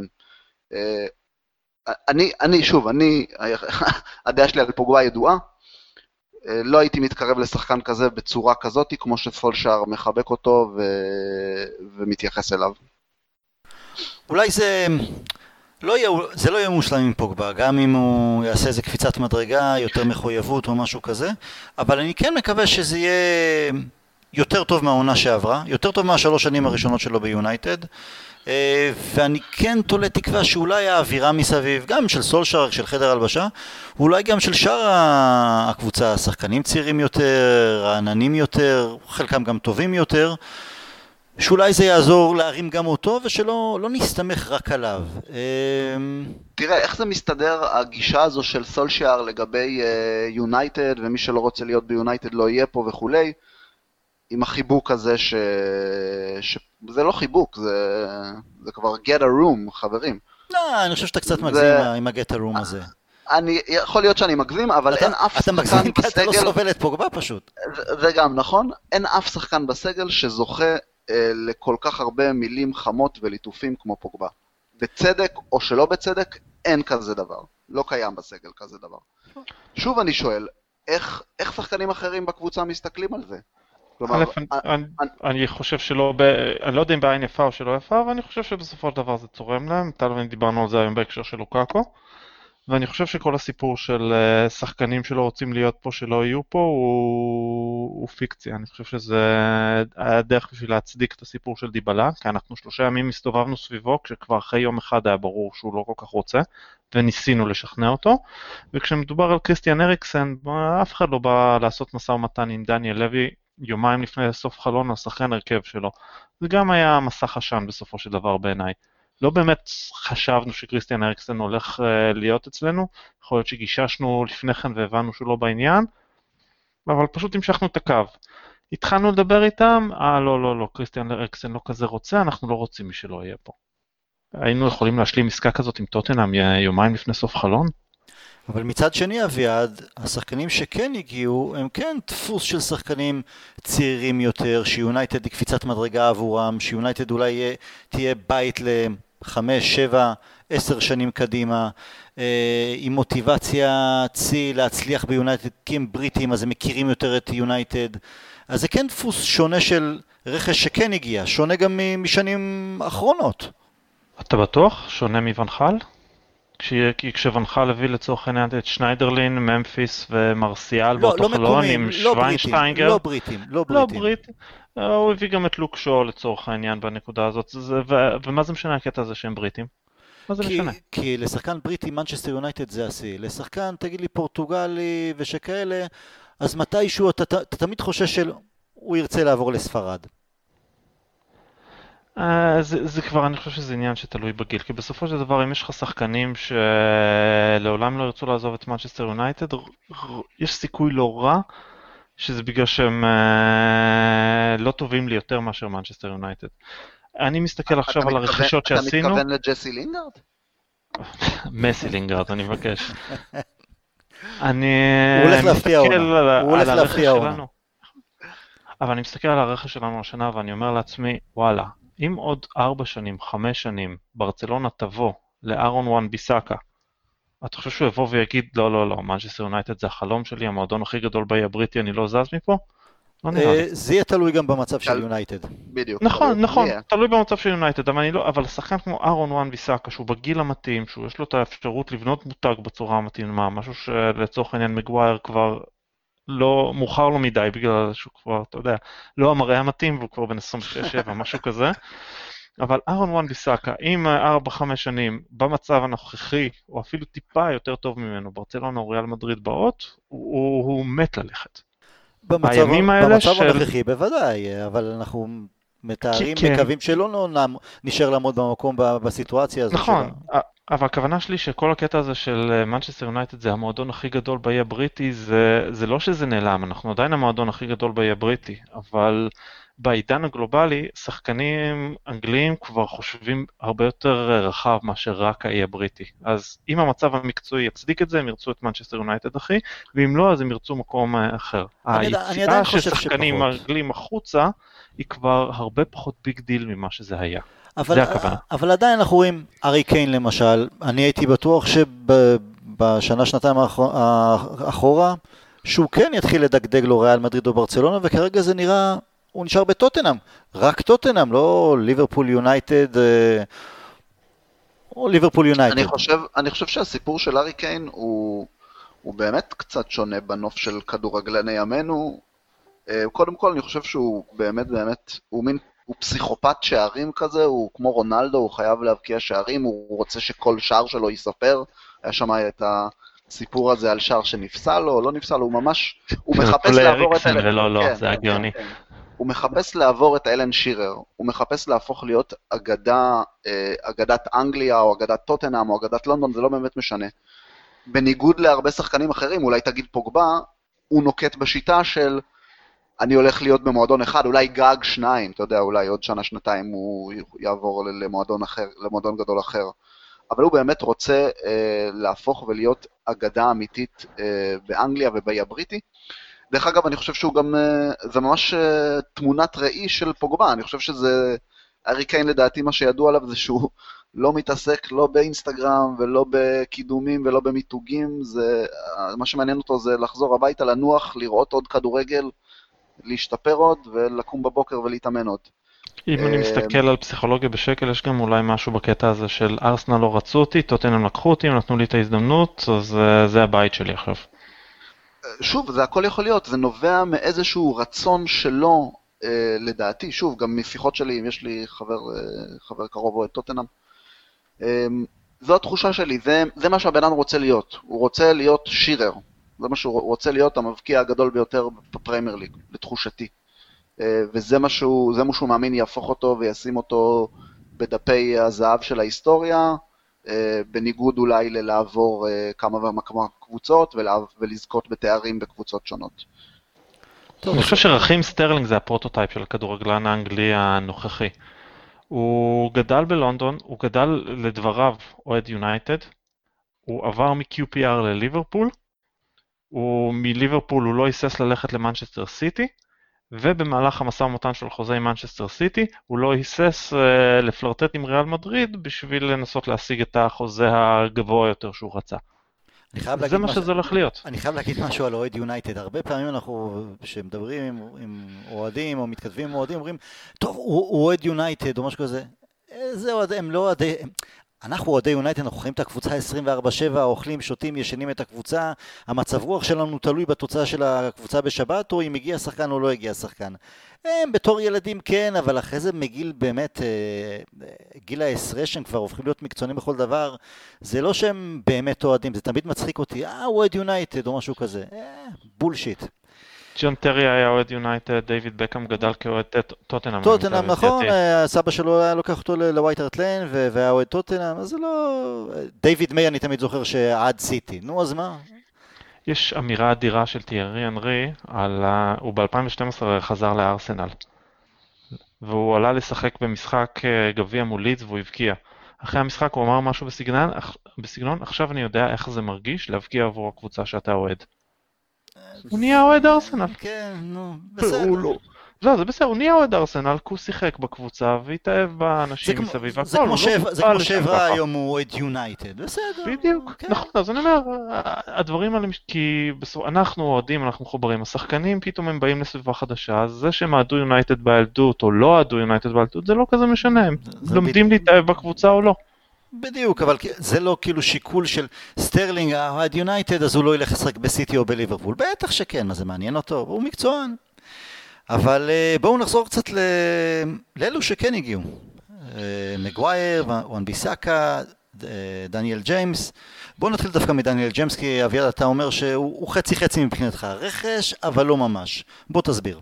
הדעה שלי על פוגבה ידועה, לא הייתי מתקרב לשחקן כזה בצורה כזאת, כמו שסולשייר מחבק אותו ומתייחס אליו. אולי זה לא יהיה מושלם עם פוגבה, גם אם הוא יעשה איזה קפיצת מדרגה, יותר מחויבות או משהו כזה, אבל אני כן מקווה שזה יהיה יותר טוב מהעונה שעברה, יותר טוב מה3 שנים הראשונות שלו ביונייטד, ואני כן תולה תקווה שאולי האווירה מסביב, גם של סולשר, של חדר הלבשה, אולי גם של שאר הקבוצה, שחקנים צעירים יותר, רעננים יותר, חלקם גם טובים יותר, שאולי זה יעזור להרים גם אותו ושלא נסתמך רק עליו. תראה, איך זה מסתדר הגישה הזו של סולשיאר לגבי יונייטד, ומי שלא רוצה להיות ביונייטד לא יהיה פה וכולי, עם החיבוק הזה זה לא חיבוק, זה כבר get a room, חברים. לא, אני חושב שאתה קצת מגזים עם ה-get a room הזה. יכול להיות שאני מגזים, אבל אין אף שחקן בסגל... אתה מגזים כי אתה לא סובל את פוגבה פשוט. זה גם נכון, אין אף שחקן בסגל שזוכה לכל כך הרבה מילים חמות וליטופים כמו פוגבה. בצדק או שלא בצדק, אין כזה דבר. לא קיים בסגל כזה דבר. שוב אני שואל, איך שחקנים אחרים בקבוצה מסתכלים על זה? אני חושב שלא, אני לא יודע אם בעין יפה או שלא יפה, אבל אני חושב שבסופו של דבר זה צורם להם. טל ואני דיברנו על זה היום בהקשר של לוקאקו, ואני חושב שכל הסיפור של שחקנים שלא רוצים להיות פה, שלא יהיו פה, הוא פיקציה. אני חושב שזה היה דרך בשביל להצדיק את הסיפור של דיבלה, כי אנחנו 3 ימים הסתובבנו סביבו, כשכבר אחרי יום אחד היה ברור שהוא לא כל כך רוצה, וניסינו לשכנע אותו. וכשמדובר על קריסטיאן אריקסן, אף אחד לא בא לעשות משא ומתן עם דניאל לוי, יומיים לפני סוף חלון השחקן הרכב שלו. זה גם היה מסך עשן בסופו של דבר בעיניי. לא באמת חשבנו שקריסטיאן אריקסן הולך להיות אצלנו, יכול להיות שגיששנו לפני כן והבנו שהוא לא בעניין, אבל פשוט המשכנו את הקו. התחלנו לדבר איתם, לא, קריסטיאן אריקסן לא כזה רוצה, אנחנו לא רוצים מי שלא יהיה פה. היינו יכולים להשלים עסקה כזאת עם טוטנהאם יומיים לפני סוף חלון? אבל מצד שני אביעד, השחקנים שכן הגיעו, הם כן דפוס של שחקנים צעירים יותר, שיונייטד היא קפיצת מדרגה עבורם, שיונייטד אולי תהיה בית ל5, 7, 10 שנים קדימה, עם מוטיבציה צי להצליח ביונייטד, כי הם בריטים, אז הם מכירים יותר את יונייטד. אז זה כן דפוס שונה של רכש שכן הגיע, שונה גם משנים אחרונות. אתה בטוח? שונה מבנחל? כי כשונחל הביא לצורך העניין את שניידרלין, ממפיס ומרסיאל באותו חלון עם שוויינשטיינגר. לא בריטים. הוא הביא גם את לוק שואו לצורך העניין בנקודה הזאת. ומה זה משנה הקטע הזה שהם בריטים? מה זה משנה? כי לשחקן בריטי מנצ'סטר יונייטד זה השיא. לשחקן, תגיד לי, פורטוגלי ושכאלה, אז מתישהו אתה תמיד חושש שהוא ירצה לעבור לספרד. זה כבר, אני חושב שזה עניין שתלוי בגיל, כי בסופו של דבר אם יש לך שחקנים שלעולם לא ירצו לעזוב את מנצ'סטר יונייטד, יש סיכוי לא רע שזה בגלל שהם לא טובים לי יותר מאשר מנצ'סטר יונייטד. אני מסתכל עכשיו על הרכישות שעשינו. אתה מתכוון לג'סי לינגארד? מסי לינגארד, אני מבקש. הוא הולך להפתיע אותנו. אבל אני מסתכל על הרכש שלנו השנה ואני אומר לעצמי, וואלה, אם עוד 4 שנים, 5 שנים, ברצלונה תבוא לארון וואן ביסאקה, אתה חושב שהוא יבוא ויגיד, לא, מנצ'סטר יונייטד זה החלום שלי, המועדון הכי גדול באי הבריטי, אני לא זז מפה? לא נראה לי. זה יהיה תלוי גם במצב של יונייטד. בדיוק. נכון, תלוי במצב של יונייטד, אבל שחקן כמו ארון וואן ביסאקה, שהוא בגיל המתאים, שהוא יש לו את האפשרות לבנות מותג בצורה המתאימה, משהו שלצורך העניין מגווייר כבר לא מאוחר לו מדי, בגלל שהוא כבר, אתה יודע, לא המראה המתאים, והוא כבר בן 26-7, משהו כזה. אבל ארון וואן ביסאקה, עם 4-5 שנים, במצב הנוכחי, או אפילו טיפה יותר טוב ממנו, ברצלונה או ריאל מדריד באות, הוא מת ללכת. במצב הנוכחי בוודאי, אבל אנחנו מתארים, מקווים שלא נשאר לעמוד במקום בסיטואציה הזו. נכון, אבל הכוונה שלי שכל הקטע הזה של מנצ'סטר יונייטד זה המועדון הכי גדול באי הבריטי, זה לא שזה נעלם, אנחנו עדיין המועדון הכי גדול באי הבריטי, אבל בעידן הגלובלי, שחקנים אנגליים כבר חושבים הרבה יותר רחב מאשר רק האי הבריטי. אז אם המצב המקצועי יצדיק את זה, הם ירצו את מנצ'סטר יונייטד אחי, ואם לא, אז הם ירצו מקום אחר. היציאה של שחקנים אנגליים החוצה, היא כבר הרבה פחות ביג דיל ממה שזה היה. אבל עדיין אנחנו רואים, ארי קיין למשל, אני הייתי בטוח שבשנה, שנתיים האחורה, שהוא כן יתחיל לדגדג לו ריאל מדריד או ברצלונה, וכרגע זה נראה, הוא נשאר בטוטנהאם, רק טוטנהאם, לא ליברפול יונייטד, או ליברפול יונייטד. אני חושב שהסיפור של ארי קיין הוא באמת קצת שונה בנוף של כדורגלני ימינו. קודם כל אני חושב שהוא באמת, הוא מין הוא פסיכופת שערים כזה, הוא כמו רונלדו, הוא חייב להבקיע שערים, הוא רוצה שכל שער שלו יספר. היה שם את הסיפור הזה על שער שנפסל לו, או לא נפסל לו, הוא ממש, הוא מחפש לעבור את אלן. ולא, כן, זה הגאוני. כן. הוא מחפש לעבור את אלן שירר, הוא מחפש להפוך להיות אגדת אנגליה, או אגדת טוטנהאם, או אגדת לונדון, זה לא באמת משנה. בניגוד להרבה שחקנים אחרים, אולי תגיד פוגבה, הוא נוקט בשיטה של אני הולך להיות במועדון אחד, אולי גג שניים, אתה יודע, אולי עוד שנה, שנתיים הוא יעבור למועדון אחר, למועדון גדול אחר. אבל הוא באמת רוצה להפוך ולהיות אגדה אמיתית באנגליה ובאי הבריטי. דרך אגב, אני חושב שהוא גם, זה ממש תמונת ראי של פוגבה, אני חושב שזה, הארי קיין לדעתי מה שידוע עליו זה שהוא לא מתעסק לא באינסטגרם ולא בקידומים ולא במיתוגים, זה, מה שמעניין אותו זה לחזור הביתה, לנוח, לראות עוד כדורגל, להשתפר עוד ולקום בבוקר ולהתאמן עוד. אם אני מסתכל על פסיכולוגיה בשקל, יש גם אולי משהו בקטע הזה של ארסנל לא רצו אותי, טוטנהאם לקחו אותי, הם נתנו לי את ההזדמנות, אז זה הבית שלי עכשיו. שוב, זה הכל יכול להיות, זה נובע מאיזשהו רצון שלו, לדעתי, שוב, גם משיחות שלי, אם יש לי חבר קרוב או את טוטנהאם, זו התחושה שלי, זה מה שהבן אדם רוצה להיות, הוא רוצה להיות שירר, זה מה שהוא רוצה להיות המבקיע הגדול ביותר בפריימר ליג, לתחושתי. וזה מה שהוא מאמין יהפוך אותו וישים אותו בדפי הזהב של ההיסטוריה, בניגוד אולי לעבור כמה וכמה קבוצות ולזכות בתארים בקבוצות שונות. אני חושב שרכים סטרלינג זה הפרוטוטייפ של הכדורגלן האנגלי הנוכחי. הוא גדל בלונדון, הוא גדל לדבריו אוהד יונייטד, הוא עבר מ-QPR לליברפול, מליברפול הוא לא היסס ללכת למנצ'סטר סיטי, ובמהלך המשא ומתן של חוזה עם מנצ'סטר סיטי, הוא לא היסס לפלרטט עם ריאל מדריד בשביל לנסות להשיג את החוזה הגבוה יותר שהוא רצה. זה מה שזה הולך להיות. אני חייב להגיד משהו על אוהד יונייטד. הרבה פעמים אנחנו, כשמדברים עם אוהדים או מתכתבים עם אוהדים, אומרים, טוב, הוא אוהד יונייטד או משהו כזה. זה אוהד, הם לא אוהדי... אנחנו אוהדי יונייטד, אנחנו חיים את הקבוצה 24/7, אוכלים, שותים, ישנים את הקבוצה, המצב רוח שלנו תלוי בתוצאה של הקבוצה בשבת, או אם הגיע שחקן או לא הגיע שחקן. הם בתור ילדים כן, אבל אחרי זה מגיל באמת, גיל העשרה שהם כבר הופכים להיות מקצוענים בכל דבר, זה לא שהם באמת אוהדים, זה תמיד מצחיק אותי, הוא אוהד יונייטד או משהו כזה, בולשיט. ג'ון טרי היה אוהד יונייטד, דיוויד בקאם גדל כאוהד טוטנהאם. טוטנהאם, נכון, הסבא שלו היה לוקח אותו לווייט הארט ליין והיה אוהד טוטנהאם, אז זה לא... דיוויד מיי אני תמיד זוכר שעד סיטי, נו אז מה? יש אמירה אדירה של תיארי אנרי, הוא ב-2012 חזר לארסנל, והוא עלה לשחק במשחק גביע מול לידס והוא הבקיע. אחרי המשחק הוא אמר משהו בסגנון, עכשיו אני יודע איך זה מרגיש להבקיע עבור הקבוצה שאתה אוהד. הוא נהיה אוהד ארסנל. כן, נו, בסדר. לא, זה בסדר, הוא נהיה אוהד ארסנל, כי הוא שיחק בקבוצה והתאהב באנשים מסביב. זה כמו שברה היום הוא אוהד יונייטד, בסדר. בדיוק, נכון, אז אני אומר, הדברים האלה, כי אנחנו אוהדים, אנחנו מחוברים, השחקנים פתאום הם באים לסביבה חדשה, אז זה שהם אהדו יונייטד בילדות או לא אהדו יונייטד בילדות, זה לא כזה משנה, הם לומדים להתאהב בקבוצה או לא. בדיוק, אבל זה לא כאילו שיקול של סטרלינג, אוהד יונייטד, אז הוא לא ילך לשחק בסיטי או בליברפול. בטח שכן, מה זה מעניין אותו, הוא מקצוען. אבל בואו נחזור קצת לאלו שכן הגיעו. מגווייר, וואן ביסאקה, דניאל ג'יימס. בואו נתחיל דווקא מדניאל ג'יימס, כי אביעד אתה אומר שהוא חצי מבחינתך רכש, אבל לא ממש. בוא תסביר.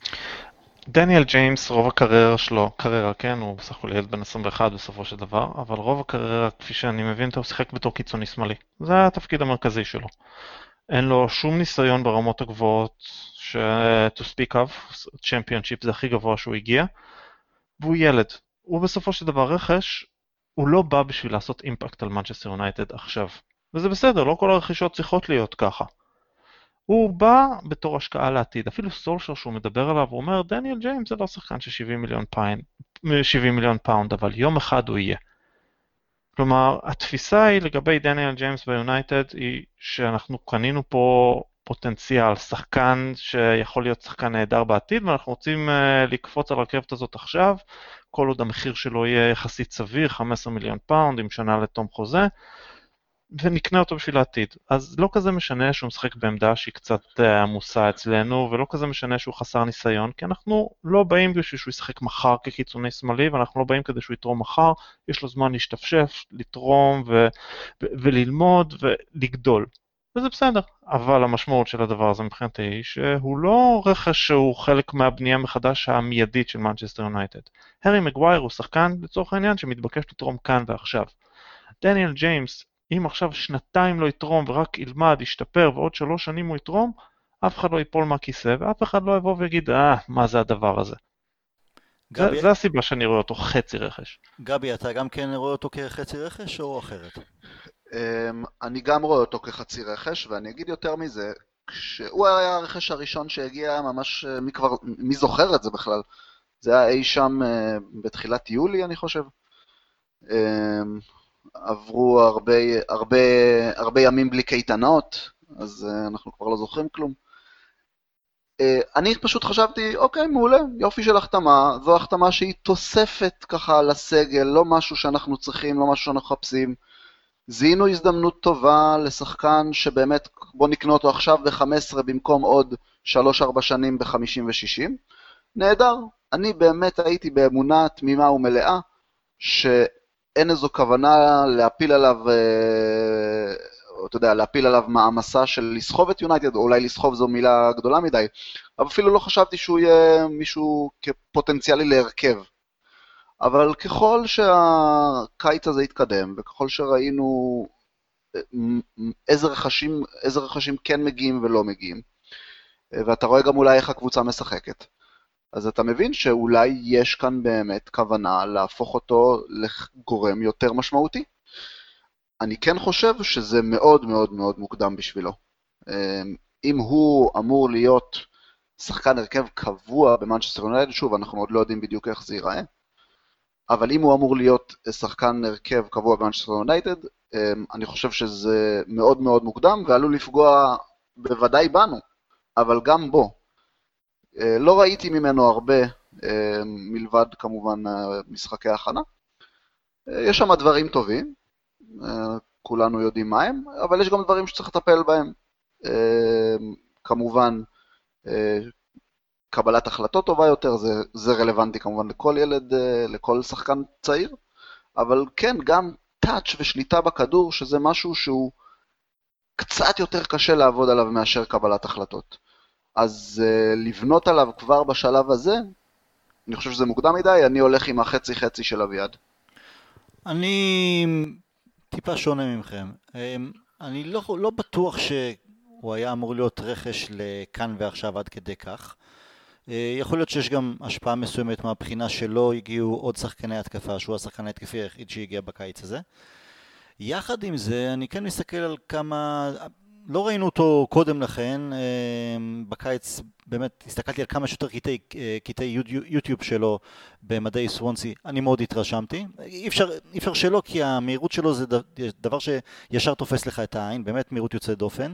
דניאל ג'יימס, רוב הקריירה שלו, כן, הוא בסך הכל ילד בן 21 בסופו של דבר, אבל רוב הקריירה, כפי שאני מבין, הוא שיחק בתור קיצוני שמאלי. זה התפקיד המרכזי שלו. אין לו שום ניסיון ברמות הגבוהות, to speak of, צ'מפיונשיפ זה הכי גבוה שהוא הגיע, והוא ילד. הוא בסופו של דבר רכש, הוא לא בא בשביל לעשות אימפקט על מנצ'סטר יונייטד עכשיו. וזה בסדר, לא כל הרכישות צריכות להיות ככה. הוא בא בתור השקעה לעתיד, אפילו סולשר שהוא מדבר עליו, הוא אומר, דניאל ג'יימס זה לא שחקן של 70 מיליון פאונד, אבל יום אחד הוא יהיה. כלומר, התפיסה היא לגבי דניאל ג'יימס ביונייטד, היא שאנחנו קנינו פה פוטנציאל, שחקן שיכול להיות שחקן נהדר בעתיד, ואנחנו רוצים לקפוץ על הרכבת הזאת עכשיו, כל עוד המחיר שלו יהיה יחסית סביר, 15 מיליון פאונד, עם שנה לתום חוזה, ונקנה אותו בשביל העתיד. אז לא כזה משנה שהוא משחק בעמדה שהיא קצת עמוסה אצלנו, ולא כזה משנה שהוא חסר ניסיון, כי אנחנו לא באים בשביל שהוא ישחק מחר כקיצוני שמאלי, ואנחנו לא באים כדי שהוא יתרום מחר, יש לו זמן להשתפשף, לתרום וללמוד ולגדול. וזה בסדר, אבל המשמעות של הדבר הזה מבחינתי היא שהוא לא רכש שהוא חלק מהבנייה מחדש המיידית של מנצ'סטר יונייטד. הארי מגווייר הוא שחקן לצורך העניין שמתבקש לתרום כאן ועכשיו. דניאל ג'יימס, אם עכשיו שנתיים לא יתרום ורק ילמד, ישתפר ועוד 3 שנים הוא יתרום, אף אחד לא ייפול מהכיסא ואף אחד לא יבוא ויגיד, מה זה הדבר הזה? זה הסיבה שאני רואה אותו חצי רכש. גבי, אתה גם כן רואה אותו כחצי רכש או אחרת? אני גם רואה אותו כחצי רכש, ואני אגיד יותר מזה, כשהוא היה הרכש הראשון שהגיע ממש, מי זוכר את זה בכלל? זה היה אי שם בתחילת יולי, אני חושב. עברו הרבה ימים בלי קייטנות, אז אנחנו כבר לא זוכרים כלום. אני פשוט חשבתי, אוקיי, מעולה, יופי של החתמה, זו החתמה שהיא תוספת ככה לסגל, לא משהו שאנחנו צריכים, לא משהו שאנחנו חפשים. זיהינו הזדמנות טובה לשחקן שבאמת, בוא נקנה אותו עכשיו ב-15 במקום עוד 3-4 שנים ב-50 ו-60. נהדר, אני באמת הייתי באמונה תמימה ומלאה, שאין איזו כוונה להפיל עליו, אתה יודע, להפיל עליו מעמסה של לסחוב את יונייטד, או אולי לסחוב זו מילה גדולה מדי, אבל אפילו לא חשבתי שהוא יהיה מישהו כפוטנציאלי להרכב. אבל ככל שהקיץ הזה התקדם, וככל שראינו איזה רכשים כן מגיעים ולא מגיעים, ואתה רואה גם אולי איך הקבוצה משחקת, אז אתה מבין שאולי יש כאן באמת כוונה להפוך אותו לגורם יותר משמעותי. אני כן חושב שזה מאוד מאוד מאוד מוקדם בשבילו. אם הוא אמור להיות שחקן הרכב קבוע במנצ'סטר יונייטד, שוב, אנחנו עוד לא יודעים בדיוק איך זה ייראה, אבל אם הוא אמור להיות שחקן הרכב קבוע במנצ'סטר יונייטד, אני חושב שזה מאוד מאוד מוקדם, ועלול לפגוע בוודאי בנו, אבל גם בו. לא ראיתי ממנו הרבה, מלבד כמובן משחקי הכנה. יש שם דברים טובים, כולנו יודעים מה הם, אבל יש גם דברים שצריך לטפל בהם. כמובן, קבלת החלטות טובה יותר, זה רלוונטי כמובן לכל ילד, לכל שחקן צעיר, אבל כן, גם טאץ' ושליטה בכדור, שזה משהו שהוא קצת יותר קשה לעבוד עליו מאשר קבלת החלטות. אז לבנות עליו כבר בשלב הזה, אני חושב שזה מוקדם מדי, אני הולך עם החצי-חצי של אביעד. אני טיפה שונה ממכם. אני לא בטוח שהוא היה אמור להיות רכש לכאן ועכשיו עד כדי כך. יכול להיות שיש גם השפעה מסוימת מהבחינה שלא הגיעו עוד שחקני התקפה, שהוא השחקן ההתקפי היחיד שהגיע בקיץ הזה. יחד עם זה, אני כן מסתכל על כמה, לא ראינו אותו קודם לכן, בקיץ באמת הסתכלתי על כמה שיותר קטעי יוטיוב שלו במדעי סוונסי, אני מאוד התרשמתי. אי אפשר שלא, כי המהירות שלו זה דבר שישר תופס לך את העין, באמת מהירות יוצאת דופן,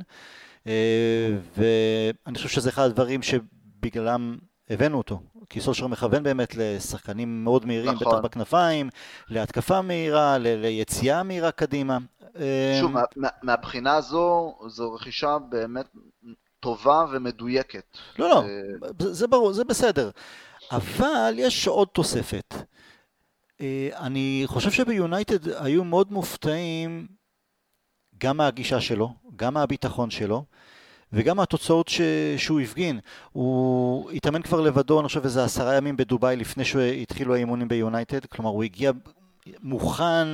ואני חושב שזה אחד הדברים שבגללם הבאנו אותו, כי סולשר מכוון באמת לשחקנים מאוד מהירים, נכון. בטח בכנפיים, להתקפה מהירה, ליציאה מהירה קדימה. שוב, מהבחינה הזו, זו רכישה באמת טובה ומדויקת. לא, זה ברור, זה בסדר. אבל יש עוד תוספת. אני חושב שביונייטד היו מאוד מופתעים גם מהגישה שלו, גם מהביטחון שלו, וגם התוצאות שהוא הפגין. הוא התאמן כבר לבדו, אני חושב, איזה 10 ימים בדוביי לפני שהתחילו האימונים ביונייטד, כלומר הוא הגיע מוכן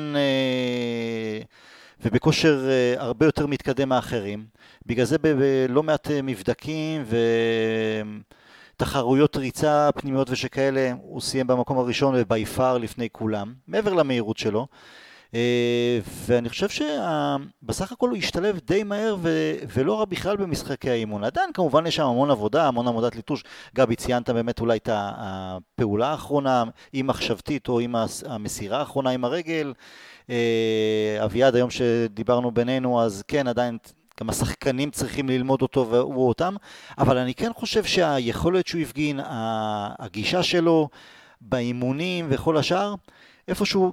ובכושר הרבה יותר מתקדם מאחרים. בגלל זה בלא מעט מבדקים ותחרויות ריצה פנימיות ושכאלה, הוא סיים במקום הראשון ובייפר לפני כולם, מעבר למהירות שלו. ואני חושב שבסך הכל הוא השתלב די מהר ולא רע בכלל במשחקי האימון. עדיין כמובן יש שם המון עבודה, המון עבודת ליטוש. גבי, ציינת באמת אולי את הפעולה האחרונה, עם מחשבתית או עם המסירה האחרונה עם הרגל. אביעד, היום שדיברנו בינינו, אז כן, עדיין גם השחקנים צריכים ללמוד אותו והוא אותם, אבל אני כן חושב שהיכולת שהוא הפגין, הגישה שלו באימונים וכל השאר, איפשהו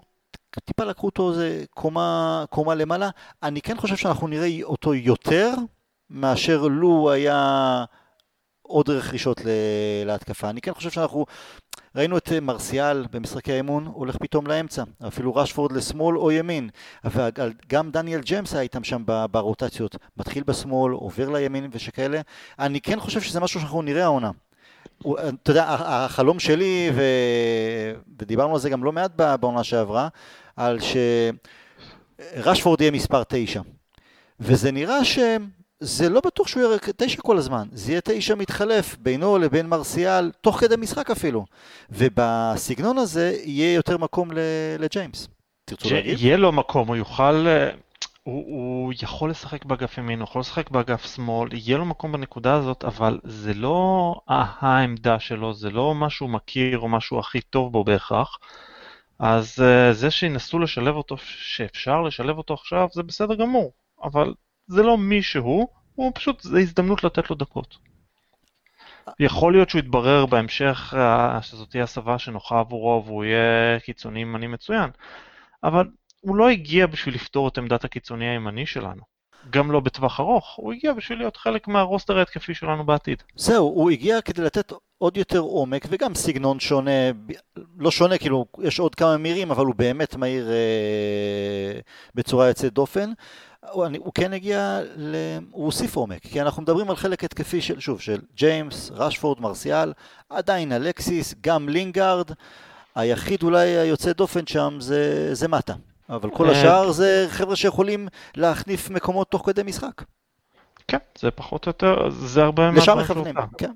טיפה לקחו אותו זה קומה למעלה. אני כן חושב שאנחנו נראה אותו יותר מאשר לו היה עוד רכישות להתקפה. אני כן חושב שאנחנו ראינו את מרסיאל במשחקי האימון הולך פתאום לאמצע, אפילו רשפורד לשמאל או ימין, וגם דניאל ג'יימס היה איתם שם ברוטציות, מתחיל בשמאל, עובר לימין ושכאלה. אני כן חושב שזה משהו שאנחנו נראה העונה. אתה יודע, החלום שלי, ודיברנו על זה גם לא מעט בעונה שעברה, על שרשפורד יהיה מספר 9. וזה נראה שזה לא בטוח שהוא יהיה 9 כל הזמן, זה יהיה 9 מתחלף בינו לבין מרסיאל, תוך כדי משחק אפילו. ובסגנון הזה יהיה יותר מקום לג'יימס. תרצו להגיד? יהיה לו מקום, הוא יכול לשחק באגף ימין, הוא יכול לשחק באגף שמאל, יהיה לו מקום בנקודה הזאת, אבל זה לא העמדה שלו, זה לא משהו מכיר או משהו הכי טוב בו בהכרח. אז זה שינסו לשלב אותו, שאפשר לשלב אותו עכשיו, זה בסדר גמור, אבל זה לא מישהו, הוא פשוט, זה הזדמנות לתת לו דקות. יכול להיות שהוא יתברר בהמשך שזאת תהיה הסבה שנוחה עבורו והוא יהיה קיצוני ימני מצוין, אבל הוא לא הגיע בשביל לפתור את עמדת הקיצוני הימני שלנו. גם לא בטווח ארוך, הוא הגיע בשביל להיות חלק מהרוסטר ההתקפי שלנו בעתיד. זהו, הוא הגיע כדי לתת עוד יותר עומק, וגם סגנון שונה, לא שונה, כאילו יש עוד כמה מהירים, אבל הוא באמת מהיר בצורה יוצאת דופן. הוא כן הגיע, הוא הוסיף עומק, כי אנחנו מדברים על חלק התקפי של ג'יימס, רשפורד, מרסיאל, עדיין אלקסיס, גם לינגארד, היחיד אולי היוצא דופן שם זה מטה. אבל כל השאר זה חבר'ה שיכולים להחניף מקומות תוך כדי משחק. כן, זה פחות או יותר, זה הרבה לשם מכוונים, כן.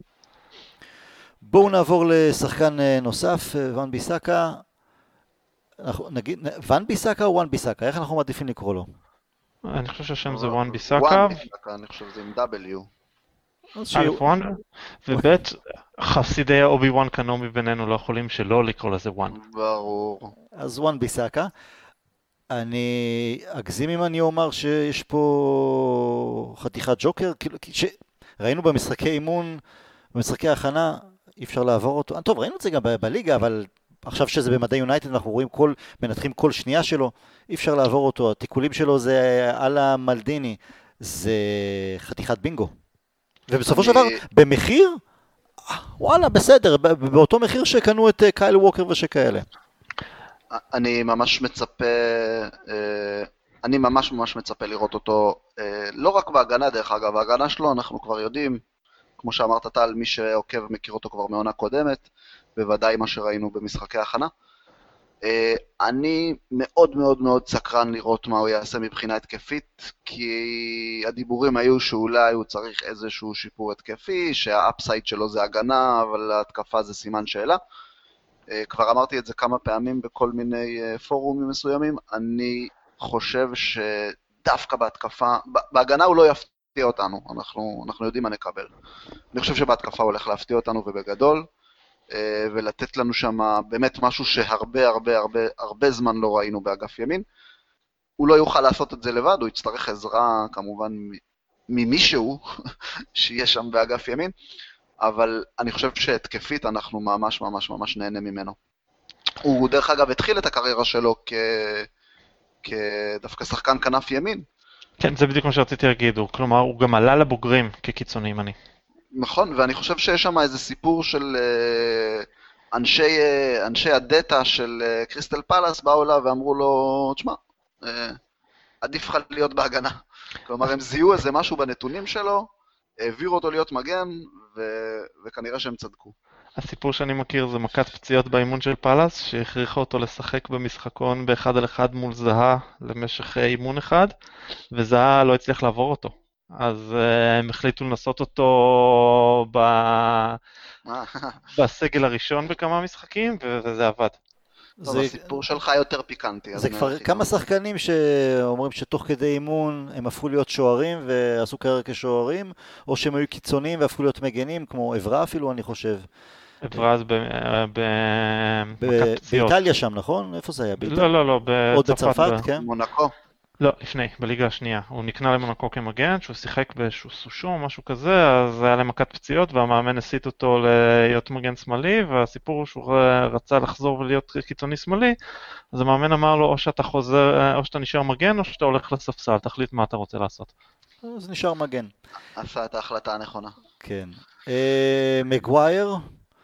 בואו נעבור לשחקן נוסף, ון ביסאקה. ון ביסאקה או וואן ביסאקה? איך אנחנו מעדיפים לקרוא לו? אני חושב שהשם זה וואן ביסאקה. וואן ביסאקה, אני חושב שזה עם W. ובית חסידי האובי וואן קנומי בינינו לא יכולים שלא לקרוא לזה וואן. ברור. אז וואן ביסאקה. אני אגזים אם אני אומר שיש פה חתיכת ג'וקר, ראינו במשחקי אימון, במשחקי ההכנה, אי אפשר לעבור אותו. טוב, ראינו את זה גם בליגה, אבל עכשיו שזה במדעי יונייטד, אנחנו רואים מנתחים כל שנייה שלו, אי אפשר לעבור אותו. התיקולים שלו זה על המלדיני, זה חתיכת בינגו. ובסופו של דבר, במחיר, וואלה, בסדר, באותו מחיר שקנו את קייל ווקר ושכאלה. אני ממש מצפה לראות אותו, לא רק בהגנה דרך אגב, ההגנה שלו אנחנו כבר יודעים, כמו שאמרת טל, מי שעוקב מכיר אותו כבר מעונה קודמת, בוודאי מה שראינו במשחקי ההכנה. אני מאוד מאוד מאוד סקרן לראות מה הוא יעשה מבחינה התקפית, כי הדיבורים היו שאולי הוא צריך איזשהו שיפור התקפי, שהאפסייד שלו זה הגנה, אבל ההתקפה זה סימן שאלה. כבר אמרתי את זה כמה פעמים בכל מיני פורומים מסוימים, אני חושב שדווקא בהתקפה, בהגנה הוא לא יפתיע אותנו, אנחנו יודעים מה נקבל. אני חושב שבהתקפה הוא הולך להפתיע אותנו ובגדול, ולתת לנו שם באמת משהו שהרבה הרבה הרבה הרבה זמן לא ראינו באגף ימין. הוא לא יוכל לעשות את זה לבד, הוא יצטרך עזרה כמובן ממישהו שיהיה שם באגף ימין, אבל אני חושב שהתקפית אנחנו ממש ממש ממש נהנה ממנו. הוא דרך אגב התחיל את הקריירה שלו כדווקא שחקן כנף ימין. כן, זה בדיוק מה שרציתי להגיד, כלומר הוא גם עלה לבוגרים כקיצוני ימני. נכון, ואני חושב שיש שם איזה סיפור של אנשי הדאטה של קריסטל פלאס באו לה ואמרו לו, תשמע, עדיף לך להיות בהגנה. כלומר, הם זיהו איזה משהו בנתונים שלו, העבירו אותו להיות מגן, וכנראה שהם צדקו. הסיפור שאני מכיר זה מכת פציעות באימון של פלאס, שהכריחה אותו לשחק במשחקון באחד על אחד מול זהה למשך אימון אחד, וזהה לא הצליח לעבור אותו. אז הם החליטו לנסות אותו בסגל הראשון בכמה משחקים, וזה עבד. טוב, הסיפור שלך יותר פיקנטי. זה כבר כמה שחקנים שאומרים שתוך כדי אימון הם הפכו להיות שוערים ועשו קריירה כשוערים, או שהם היו קיצוניים והפכו להיות מגנים, כמו עברה אפילו, אני חושב. עברה אז במכת פציעות. באיטליה שם, נכון? איפה זה היה? לא, עוד בצרפת, כן? מונקו. לא, לפני, בליגה השנייה. הוא נקנה למונקו כמגן, שהוא שיחק באיזשהו סושו או משהו כזה, אז היה להם מכת פציעות, והמאמן הסיט אותו להיות מגן שמאלי, והסיפור הוא שהוא רצה לחזור ולהיות קיצוני שמאלי, אז המאמן אמר לו, או שאתה חוזר, או שאתה נשאר מגן, או שאתה הולך לספסל, תחליט מה אתה רוצה לעשות. אז נשאר מגן. עשה את ההחלטה הנכונה. כן. מגווייר,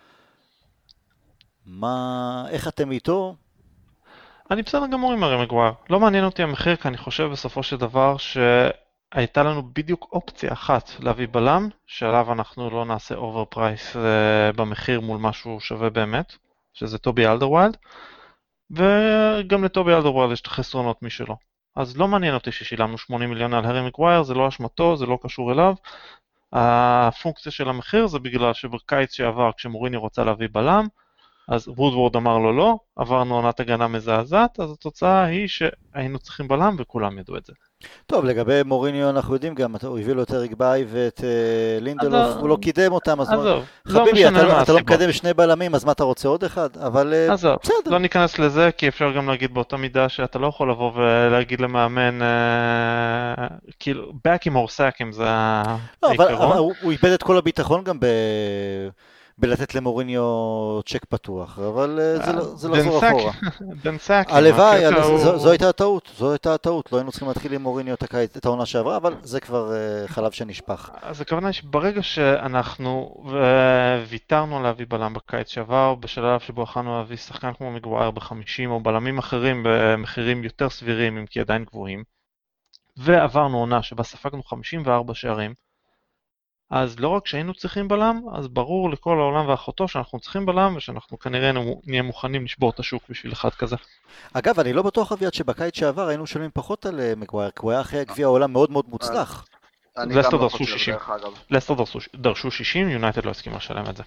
איך אתם איתו? אני בסדר גמור עם הרי מגווייר. לא מעניין אותי המחיר, כי אני חושב בסופו של דבר שהייתה לנו בדיוק אופציה אחת להביא בלם, שעליו אנחנו לא נעשה אוברפרייס במחיר מול משהו שווה באמת, שזה טובי אלדרווילד, וגם לטובי אלדרווילד יש את החסרונות משלו. אז לא מעניין אותי ששילמנו 80 מיליון על הרי מגווייר, זה לא אשמתו, זה לא קשור אליו. הפונקציה של המחיר זה בגלל שבקיץ שעבר כשמוריני רוצה להביא בלם, אז וודוורד אמר לו לא, עברנו עונת הגנה מזעזעת, אז התוצאה היא שהיינו צריכים בלם וכולם ידעו את זה. טוב, לגבי מוריניו אנחנו יודעים גם, הוא הביא לו את אריק ביי ואת לינדלוף, הוא לא קידם אותם, אז חביבי, אתה לא מקדם שני בלמים, אז מה אתה רוצה עוד אחד? אבל בסדר. לא ניכנס לזה, כי אפשר גם להגיד באותה מידה שאתה לא יכול לבוא ולהגיד למאמן, כאילו, באקים או סאקים זה העיקרון. אבל הוא איבד את כל הביטחון גם בלתת למוריניו צ'ק פתוח, אבל זה לא זור אחורה. הלוואי, זו הייתה הטעות, לא היינו צריכים להתחיל עם מוריניו את העונה שעברה, אבל זה כבר חלב שנשפך. אז הכוונה היא שברגע שאנחנו ויתרנו להביא בלם בקיץ שעבר, בשלב שבו יכולנו להביא שחקן כמו מגווייר ב-50 או בלמים אחרים במחירים יותר סבירים, אם כי עדיין גבוהים, ועברנו עונה שבה ספגנו 54 שערים, אז לא רק שהיינו צריכים בלם, אז ברור לכל העולם ואחותו שאנחנו צריכים בלם, ושאנחנו כנראה נהיה מוכנים לשבור את השוק בשביל אחד כזה. אגב, אני לא בטוח אביעד שבקיץ שעבר היינו שומעים פחות על מגווייר, כי הוא היה אחרי גביע העולם מאוד מאוד מוצלח. לסטר דרשו 60. לסטר דרשו 60, יונייטד לא הסכימה לשלם את זה.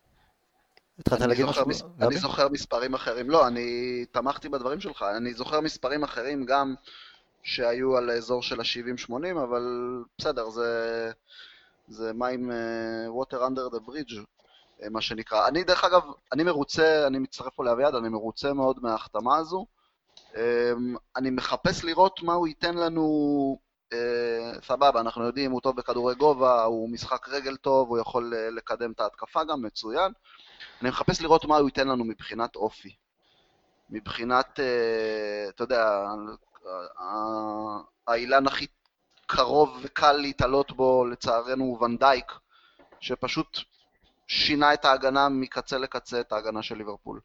אני זוכר מספרים אחרים, לא, אני תמכתי בדברים שלך, אני זוכר מספרים אחרים גם שהיו על האזור של ה-70-80, אבל בסדר, זה מים water under the bridge, מה שנקרא. אני דרך אגב, אני מרוצה, אני מצטרף פה לאביעד, אני מרוצה מאוד מההחתמה הזו. אני מחפש לראות מה הוא ייתן לנו, סבבה, אנחנו יודעים, הוא טוב בכדורי גובה, הוא משחק רגל טוב, הוא יכול לקדם את ההתקפה גם, מצוין. אני מחפש לראות מה הוא ייתן לנו מבחינת אופי. מבחינת, אתה יודע, האילן הכי קרוב וקל להתעלות בו, לצערנו, הוא ונדייק, שפשוט שינה את ההגנה מקצה לקצה, את ההגנה של ליברפול.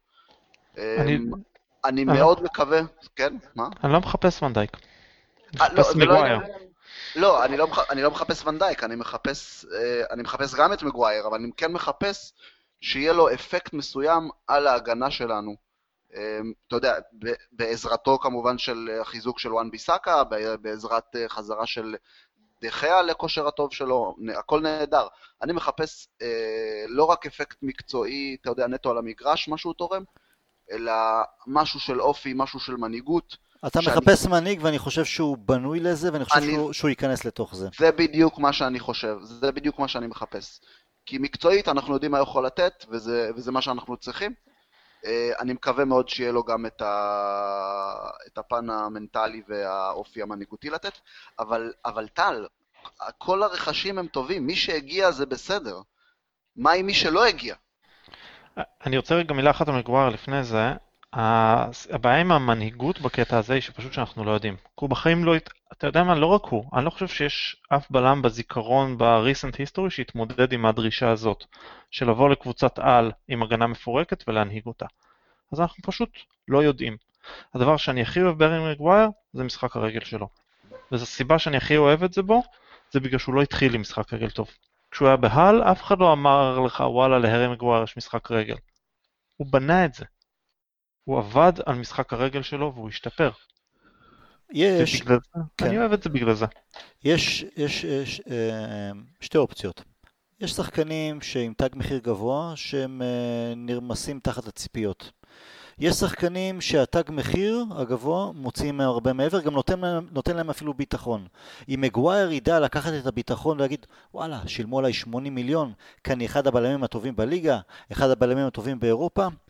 אני מאוד מקווה, כן? מה? אני לא מחפש ונדייק. מחפש מגווייר. לא, אני לא מחפש ונדייק, אני מחפש גם את מגווייר, אבל אני כן מחפש שיהיה לו אפקט מסוים על ההגנה שלנו. אתה יודע, בעזרתו כמובן של החיזוק של וואן ביסאקה, בעזרת חזרה של דחיה לכושר הטוב שלו, הכל נהדר. אני מחפש לא רק אפקט מקצועי, אתה יודע, נטו על המגרש, משהו תורם, אלא משהו של אופי, משהו של מנהיגות. אתה מחפש מנהיג ואני חושב שהוא בנוי לזה, ואני חושב שהוא ייכנס לתוך זה. זה בדיוק מה שאני חושב, זה בדיוק מה שאני מחפש. כי מקצועית אנחנו יודעים מה יכול לתת, וזה מה שאנחנו צריכים. אני מקווה מאוד שיהיה לו גם את הפן המנטלי והאופי המנהיגותי לתת, אבל טל, כל הרכשים הם טובים, מי שהגיע זה בסדר. מה עם מי שלא הגיע? אני רוצה רגע מילה אחת על מגווייר לפני זה. הבעיה עם המנהיגות בקטע הזה היא שפשוט שאנחנו לא יודעים. הוא בחיים לא, אתה יודע מה, לא רק הוא, אני לא חושב שיש אף בלם בזיכרון ב-recent history שהתמודד עם הדרישה הזאת, של לבוא לקבוצת על עם הגנה מפורקת ולהנהיג אותה. אז אנחנו פשוט לא יודעים. הדבר שאני הכי אוהב בהרי מגווייר זה משחק הרגל שלו. וזו הסיבה שאני הכי אוהב את זה בו, זה בגלל שהוא לא התחיל עם משחק רגל טוב. כשהוא היה בהל, אף אחד לא אמר לך, וואלה, להרי מגווייר יש משחק רגל. הוא בנה את זה. הוא עבד על משחק הרגל שלו והוא השתפר. יש. כן. אני אוהב את זה בגלל זה. יש שתי אופציות. יש שחקנים שעם תג מחיר גבוה שהם נרמסים תחת הציפיות. יש שחקנים שהתג מחיר הגבוה מוציאים הרבה מעבר, גם נותן להם אפילו ביטחון. אם מגווייר ידע לקחת את הביטחון ולהגיד, וואלה, שילמו עליי 80 מיליון, כי אני אחד הבלמים הטובים בליגה, אחד הבלמים הטובים באירופה,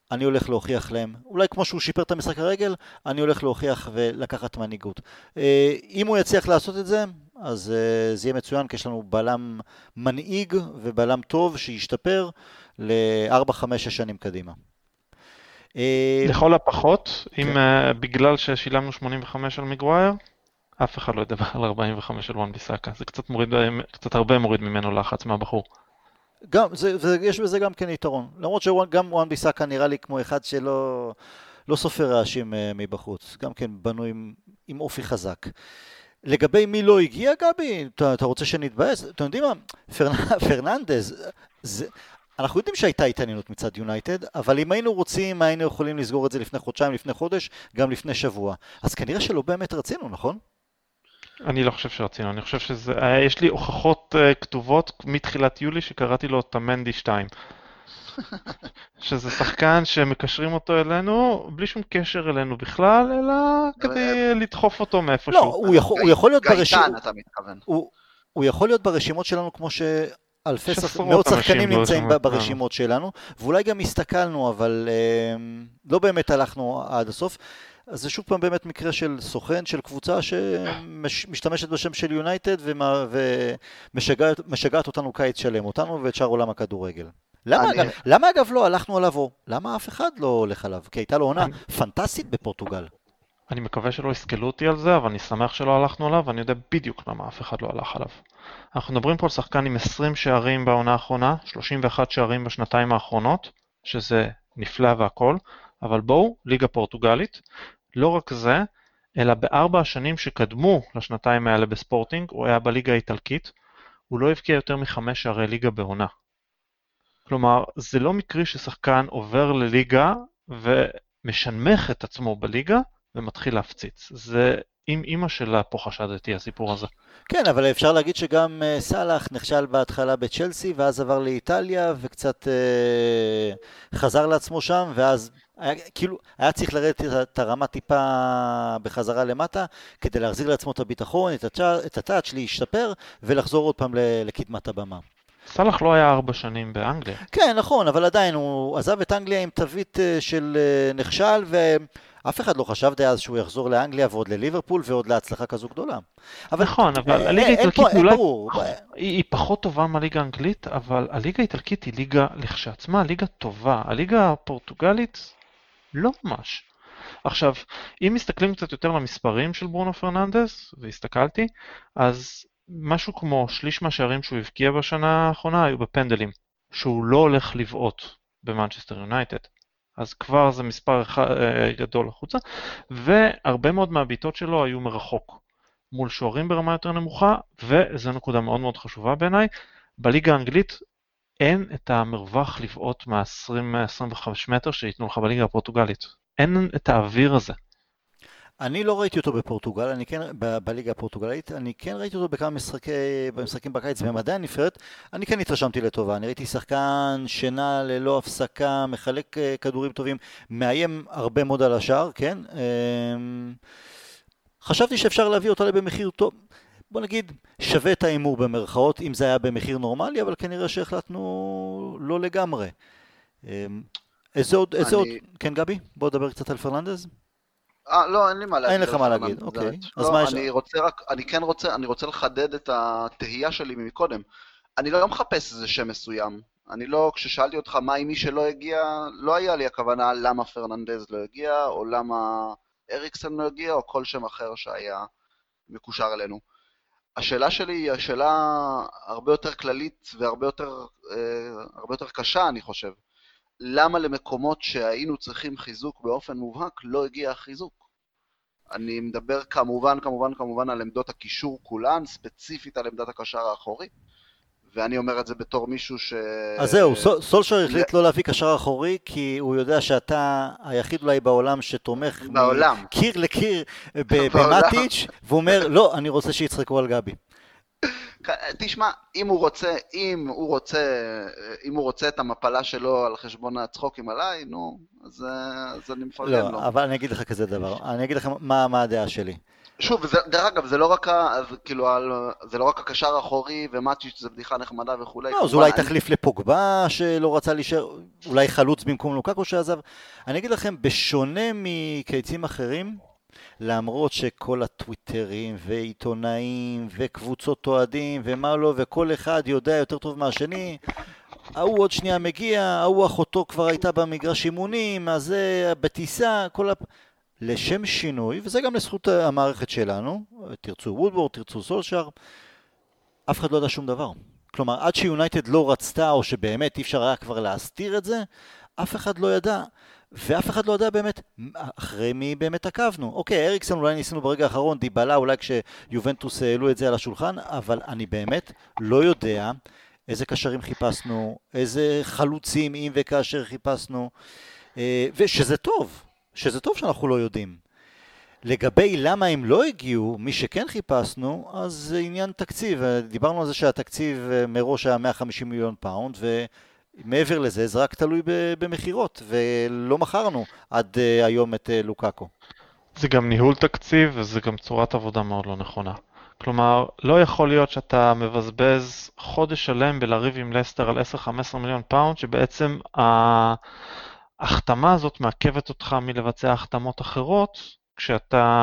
אני הולך להוכיח להם, אולי כמו שהוא שיפר את המשחק הרגל, אני הולך להוכיח ולקחת מנהיגות. אם הוא יצליח לעשות את זה, אז זה יהיה מצוין, כי יש לנו בלם מנהיג ובלם טוב שישתפר ל-4-5-6 שנים קדימה. לכל הפחות, אם בגלל ששילמנו 85 על מגווייר, אף אחד לא ידבר על 45 של וואן ביסאקה. זה קצת הרבה מוריד ממנו לחץ מהבחור. יש בזה גם כן יתרון. למרות שגם וואן ביסאקה נראה לי כמו אחד שלא סופר רעשים מבחוץ. גם כן בנו עם אופי חזק. לגבי מי לא הגיע, גבי, אתה רוצה שנתבאס? אתם יודעים מה? פרננדז, אנחנו יודעים שהייתה התעניינות מצד יונייטד, אבל אם היינו רוצים, היינו יכולים לסגור את זה לפני חודשיים, לפני חודש, גם לפני שבוע. אז כנראה שלא באמת רצינו, נכון? אני לא חושב שרצינו, אני חושב יש לי הוכחות כתובות מתחילת יולי שקראתי לו תמנדי 2. שזה שחקן שמקשרים אותו אלינו, בלי שום קשר אלינו בכלל, אלא כדי לדחוף אותו מאיפשהו. לא, הוא יכול להיות גייטן, אתה מתכוון. הוא יכול להיות ברשימות שלנו כמו שאלפי מאות שחקנים נמצאים ברשימות שלנו, ואולי גם הסתכלנו, אבל לא באמת הלכנו עד הסוף. אז זה שוב פעם באמת מקרה של סוכן, של קבוצה שמשתמשת בשם של יונייטד ומשגעת אותנו קיץ שלם, אותנו ואת שאר עולם הכדורגל. למה אגב לא הלכנו עליו, או למה אף אחד לא הולך עליו? כי הייתה לו עונה פנטסטית בפורטוגל. אני מקווה שלא הסכלו אותי על זה, אבל אני שמח שלא הלכנו עליו, ואני יודע בדיוק למה אף אחד לא הלך עליו. אנחנו מדברים פה על שחקן עם 20 שערים בעונה האחרונה, 31 שערים בשנתיים האחרונות, שזה נפלא והכל, אבל בואו, ליגה פורטוגלית, לא רק זה, אלא בארבע השנים שקדמו לשנתיים האלה בספורטינג, הוא היה בליגה האיטלקית, הוא לא הבקיע יותר מ5 שערי ליגה בעונה. כלומר, זה לא מקרי ששחקן עובר לליגה ומשנמך את עצמו בליגה ומתחיל להפציץ. זה עם אמא שלה פה חשדתי הסיפור הזה. כן, אבל אפשר להגיד שגם סלאח נכשל בהתחלה בצ'לסי, ואז עבר לאיטליה וקצת חזר לעצמו שם, ואז היה צריך לרדת את הרמה טיפה בחזרה למטה, כדי להחזיר לעצמו את הביטחון, את הטאץ' להשתפר, ולחזור עוד פעם לקדמת הבמה. סלאח לא היה 4 שנים באנגליה. כן, נכון, אבל עדיין הוא עזב את אנגליה עם תווית של נכשל, ואף אחד לא חשב אז שהוא יחזור לאנגליה ועוד לליברפול ועוד להצלחה כזו גדולה. נכון, אבל הליגה האיטלקית אולי היא פחות טובה מהליגה האנגלית, אבל הליגה האיטלקית היא ליגה לכשעצמה, ליגה טובה. הליגה הפורטוגלית לא ממש. עכשיו, אם מסתכלים קצת יותר למספרים של ברונו פרננדס, והסתכלתי, אז משהו כמו שליש מהשערים שהוא הבקיע בשנה האחרונה היו בפנדלים, שהוא לא הולך לבעוט במנצ'סטר יונייטד. אז כבר זה מספר גדול החוצה, והרבה מאוד מהביטות שלו היו מרחוק, מול שוערים ברמה יותר נמוכה, וזו נקודה מאוד מאוד חשובה בעיניי, בליגה האנגלית אין את המרווח לבעוט מה-20-25 מטר שיתנו לך בליגה הפורטוגלית. אין את האוויר הזה. אני לא ראיתי אותו בפורטוגל, בליגה הפורטוגלית, אני כן ראיתי אותו בכמה משחקים בקיץ במדעי הנבחרת, אני כן התרשמתי לטובה, אני ראיתי שחקן שינה ללא הפסקה, מחלק כדורים טובים, מאיים הרבה מאוד על השאר, כן? חשבתי שאפשר להביא אותו במחיר טוב, בוא נגיד שווה את האימור במרכאות, אם זה היה במחיר נורמלי, אבל כנראה שהחלטנו לא לגמרי. איזה עוד, כן גבי? בוא נדבר קצת על פרננדז. לא, אין לי מה להגיד. אין לך מה להגיד, אוקיי. אז מה יש? אני רוצה לחדד את התהייה שלי מקודם. אני לא מחפש איזה שם מסוים. אני לא, כששאלתי אותך מה עם מי שלא הגיע, לא היה לי הכוונה למה פרננדז לא הגיע, או למה אריקסן לא הגיע, או כל שם אחר שהיה מקושר אלינו. השאלה שלי היא השאלה הרבה יותר כללית והרבה יותר קשה, אני חושב. למה למקומות שהיינו צריכים חיזוק באופן מובהק לא הגיע החיזוק? אני מדבר כמובן על עמדות הקישור כולן, ספציפית על עמדת הקשר האחורי, ואני אומר את זה בתור מישהו אז זהו, סולשר החליט לא להביא קשר אחורי, כי הוא יודע שאתה היחיד אולי בעולם שתומך מקיר לקיר במטיץ', והוא אומר, לא, אני רוצה שיצחקו על גבי. תשמע, אם הוא רוצה את המפלה שלו על חשבון הצחוקים עליי, נו, אז אני מפרגן לו. לא, אבל אני אגיד לך כזה דבר, אני אגיד לכם מה הדעה שלי. שוב, דרך אגב, זה לא רק הקשר האחורי ומאצ'יץ' זה בדיחה נחמדה וכולי. לא, אז אולי תחליף לפוגבה שלא רצה להישאר, אולי חלוץ במקום לוקאקו שעזב. אני אגיד לכם, בשונה מקייצים אחרים, למרות שכל הטוויטרים ועיתונאים וקבוצות אוהדים ומה לא, וכל אחד יודע יותר טוב מהשני, ההוא עוד שנייה מגיע, ההוא אחותו כבר הייתה במגרש אימונים, אז זה בטיסה, לשם שינוי, וזה גם לזכות המערכת שלנו, תרצו וודוורד, תרצו סולשר, אף אחד לא ידע שום דבר. כלומר, עד שיונייטד לא רצתה, או שבאמת אי אפשר היה כבר להסתיר את זה, אף אחד לא ידע, ואף אחד לא יודע באמת אחרי מי באמת עקבנו. אוקיי, אריקסון אולי ניסינו ברגע האחרון, דיבלה אולי כשיובנטוס העלו את זה על השולחן, אבל אני באמת לא יודע איזה קשרים חיפשנו, איזה חלוצים אם וכאשר חיפשנו, ושזה טוב. שזה טוב שאנחנו לא יודעים. לגבי למה הם לא הגיעו, מי שכן חיפשנו, אז זה עניין תקציב. דיברנו על זה שהתקציב מראש היה 150 מיליון פאונד, ומעבר לזה זה רק תלוי במחירות, ולא מכרנו עד היום את לוקאקו. זה גם ניהול תקציב, וזה גם צורת עבודה מאוד לא נכונה. כלומר, לא יכול להיות שאתה מבזבז חודש שלם בלריב עם לסטר על 10-15 מיליון פאונד, שבעצם ההחתמה הזאת מעכבת אותך מלבצע החתמות אחרות, כי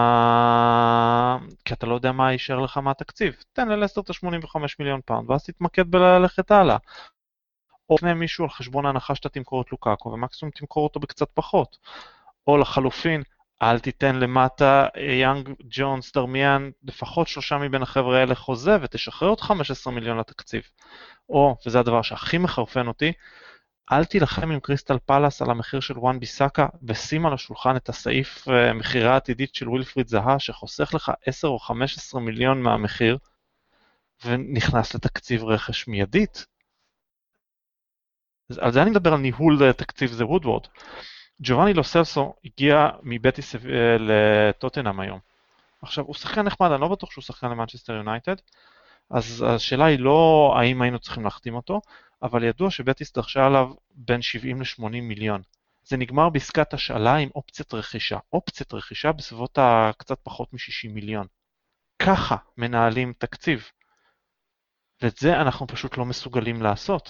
אתה לא יודע מה יישאר לך מהתקציב. תן ללסטר את ה-85 מיליון פאונד, ואז תתמקד בללכת הלאה. או תקנה מישהו על חשבון ההנחה שאתה תמכור את לוקאקו, ומקסימום תמכור אותו בקצת פחות. או לחלופין, אל תיתן למטה יאנג, ג'ונס, דרמיאן, לפחות 3 מבין החבר'ה האלה חוזה, ותשחרר עוד 15 מיליון לתקציב. או, וזה הדבר שהכי מחרפן אותי, אל תילחם עם קריסטל פלאס על המחיר של וואן ביסאקה, ושים על השולחן את הסעיף מחירה עתידית של ווילפריד זהה, שחוסך לך 10 או 15 מיליון מהמחיר, ונכנס לתקציב רכש מיידית. על זה אני מדבר על ניהול תקציב זה וודוורד. ג'ובאני לו סלסו הגיע מבטיס לטוטנהאם היום. עכשיו, הוא שחקן נחמד, אני לא בטוח שהוא שחקן למנצ'סטר יונייטד, אז השאלה היא לא האם היינו צריכים להחתים אותו, אבל ידוע שבטיס דרשה עליו בין 70 ל-80 מיליון. זה נגמר בעסקת השאלה עם אופציית רכישה. אופציית רכישה בסביבות קצת פחות מ-60 מיליון. ככה מנהלים תקציב. ואת זה אנחנו פשוט לא מסוגלים לעשות.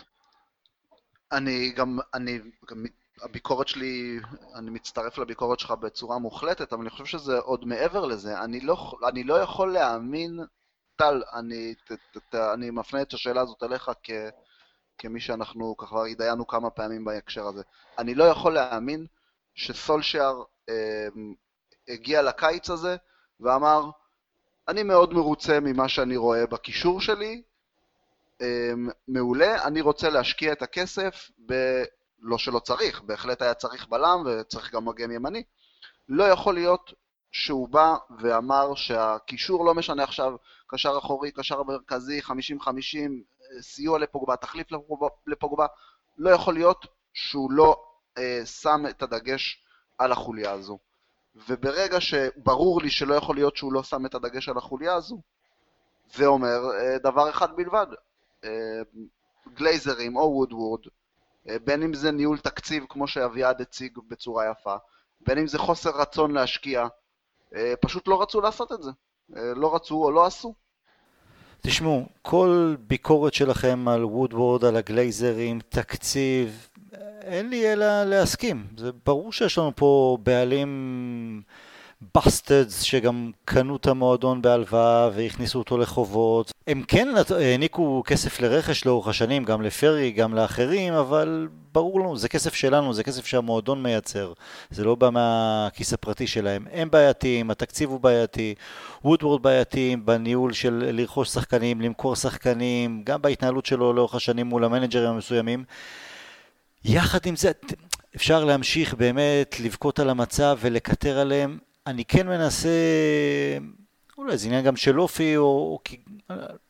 הביקורת שלי, אני מצטרף לביקורת שלך בצורה מוחלטת, אבל אני חושב שזה עוד מעבר לזה. אני לא יכול להאמין, טל, אני מפנה את השאלה הזאת אליך כמי שאנחנו כבר התדיינו כמה פעמים בהקשר הזה. אני לא יכול להאמין שסולשייר הגיע לקיץ הזה ואמר, אני מאוד מרוצה ממה שאני רואה בקישור שלי, מעולה, אני רוצה להשקיע את הכסף לא שלא צריך, בהחלט היה צריך בלם וצריך גם מגן ימני. לא יכול להיות שהוא בא ואמר שהקישור לא משנה עכשיו, קשר אחורי, קשר מרכזי, 50-50, סיוע לפוגבה, תחליף לפוגבה, לא יכול להיות שהוא לא שם את הדגש על החוליה הזו. וברגע שברור לי שלא יכול להיות שהוא לא שם את הדגש על החוליה הזו, זה אומר דבר אחד בלבד, גלייזרים או וודוורד, בין אם זה ניהול תקציב כמו שאביעד הציג בצורה יפה, בין אם זה חוסר רצון להשקיע, פשוט לא רצו לעשות את זה, לא רצו או לא עשו. תשמעו, כל ביקורת שלכם על וודוורד, על הגלייזרים, תקציב, אין לי אלא להסכים. זה ברור שיש לנו פה בעלים בסטדס שגם קנו את המועדון בהלוואה והכניסו אותו לחובות. הם כן העניקו כסף לרכש לאורך השנים, גם לפרי, גם לאחרים, אבל ברור לנו, זה כסף שלנו, זה כסף שהמועדון מייצר. זה לא בא מהכיס הפרטי שלהם. הם בעייתיים, התקציב הוא בעייתי, וודוורד בעייתיים בניהול של לרכוש שחקנים, למכור שחקנים, גם בהתנהלות שלו לאורך השנים מול המנג'רים המסוימים. יחד עם זה, אפשר להמשיך באמת לבכות על המצב ולקטר עליהם. אני כן מנסה, אולי זה עניין גם של אופי, או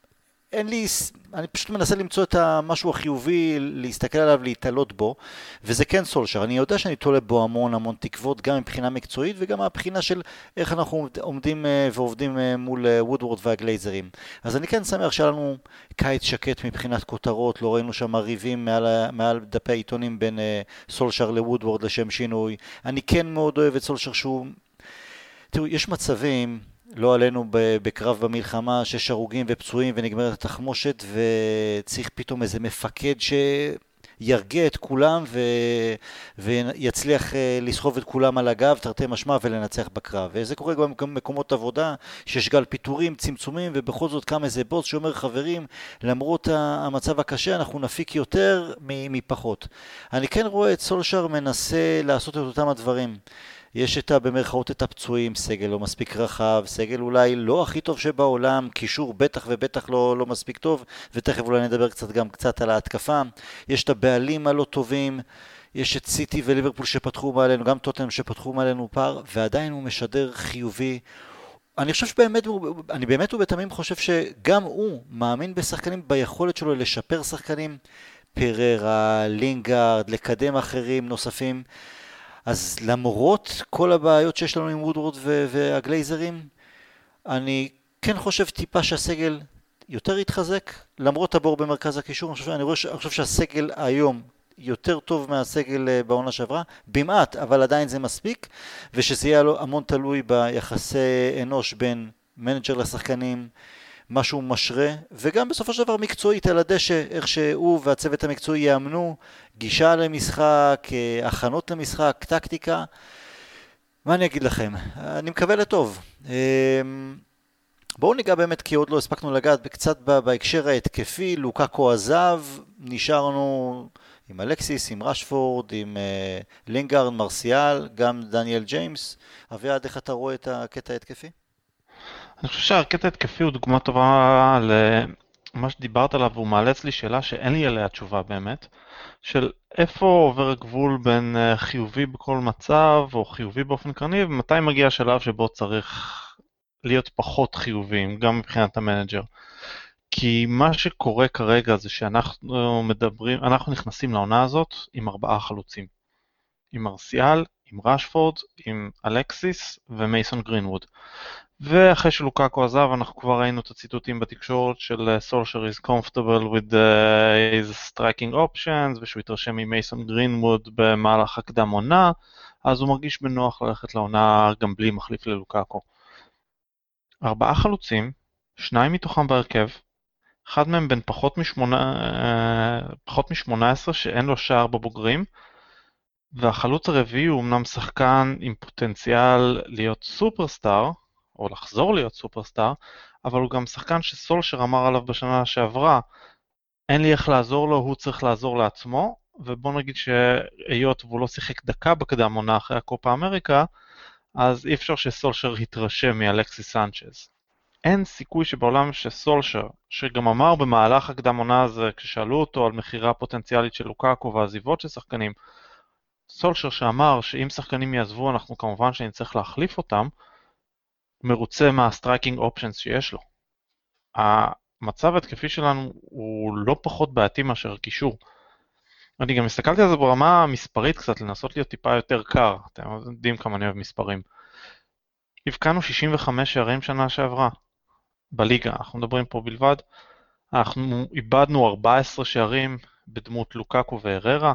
אין לי, אני פשוט מנסה למצוא את המשהו החיובי, להסתכל עליו, להתעלות בו, וזה כן סולשר. אני יודע שאני תולה בו המון תקוות, גם מבחינה מקצועית וגם מהבחינה של איך אנחנו עומדים ועובדים מול וודוורד והגלייזרים. אז אני כן שמח שהיה לנו קיץ שקט מבחינת כותרות, לא ראינו שם ריבים מעל דפי העיתונים בין סולשר לוודוורד לשם שינוי. אני כן מאוד אוהב את סולשר שהוא... תראו, יש מצבים... לא עלינו בקרב במלחמה, שיש הרוגים ופצועים ונגמרת התחמושת, וצריך פתאום איזה מפקד שירגיע את כולם ויצליח לסחוב את כולם על הגב, תרתי משמע, ולנצח בקרב. וזה קורה גם במקומות עבודה, שיש גל פיטורים, צמצומים, ובכל זאת קם איזה בוס שאומר, חברים, למרות המצב הקשה, אנחנו נפיק יותר מפחות. אני כן רואה את סולשר מנסה לעשות את אותם הדברים. יש במרכאות את הפצועים, סגל לא מספיק רחב, סגל אולי לא הכי טוב שבעולם, קישור בטח ובטח לא מספיק טוב, ותכף אולי נדבר גם קצת על ההתקפה. יש את הבעלים הלא טובים, יש את סיטי וליברפול שפתחו מעלינו, גם טוטנהאם שפתחו מעלינו פער, ועדיין הוא משדר חיובי. אני חושב שבאמת, אני באמת ובתמים חושב שגם הוא מאמין בשחקנים, ביכולת שלו לשפר שחקנים, פררה, לינגארד, לקדם אחרים נוספים. אז למרות כל הבעיות שיש לנו עם וודוורד והגלייזרים, אני כן חושב טיפה שהסגל יותר יתחזק, למרות הבור במרכז הקישור. אני חושב שהסגל היום יותר טוב מהסגל בעונה שעברה, במעט, אבל עדיין זה מספיק, ושזה יהיה המון תלוי ביחסי אנוש בין מנג'ר לשחקנים, משהו משרה, וגם בסופו של דבר מקצועית על הדשא, איך שהוא והצוות המקצועי יאמנו, גישה למשחק, הכנות למשחק, טקטיקה. מה אני אגיד לכם? אני מקווה לטוב. בואו ניגע באמת, כי עוד לא הספקנו לגעת קצת בהקשר ההתקפי. לוקאקו עזב, נשארנו עם אלקסיס, עם רשפורד, עם לינגארד, מרסיאל, גם דניאל ג'יימס. אביעד, איך אתה רואה את הקטע ההתקפי? אני חושב שהקטע התקפי הוא דוגמה טובה למה שדיברת עליו, והוא מעלה אצלי שאלה שאין לי עליה תשובה באמת, של איפה עובר הגבול בין חיובי בכל מצב או חיובי באופן קרני, ומתי מגיע השלב שבו צריך להיות פחות חיוביים, גם מבחינת המנג'ר. כי מה שקורה כרגע זה שאנחנו נכנסים לעונה הזאת עם 4 חלוצים. עם מרסיאל, עם רשפורד, עם אלקסיס ומייסון גרינווד. ואחרי שלוקאקו עזב, אנחנו כבר ראינו את הציטוטים בתקשורת של Solskjaer is comfortable with his striking options, ושהוא התרשם ממייסון גרינווד במהלך הקדם עונה, אז הוא מרגיש בנוח ללכת לעונה גם בלי מחליף ללוקאקו. 4 חלוצים, 2 מתוכם בהרכב, אחד מהם בין פחות מ-18 שאין לו שער בבוגרים, והחלוץ הרביעי הוא אמנם שחקן עם פוטנציאל להיות סופרסטאר, או לחזור להיות סופרסטאר, אבל הוא גם שחקן שסולשר אמר עליו בשנה שעברה, אין לי איך לעזור לו, הוא צריך לעזור לעצמו, ובוא נגיד שהיות והוא לא שיחק דקה בקדם עונה אחרי הקופה אמריקה, אז אי אפשר שסולשר יתרשם מאלקסיס סנצ'ז. אין סיכוי שבעולם שסולשר, שגם אמר במהלך הקדם עונה הזה, כששאלו אותו על מחירה פוטנציאלית של לוקאקו ועזיבות של שחקנים, סולשר שאמר שאם שחקנים יעזבו אנחנו כמובן שנצטרך להחליף אותם, מרוצה מהסטרייקינג אופשנס שיש לו. המצב התקפי שלנו הוא לא פחות בעייתי מאשר קישור. אני גם הסתכלתי על זה ברמה המספרית קצת, לנסות להיות טיפה יותר קר. אתם יודעים כמה אני אוהב מספרים. הבקענו 65 שערים שנה שעברה בליגה, אנחנו מדברים פה בלבד. אנחנו איבדנו 14 שערים בדמות לוקאקו והררה.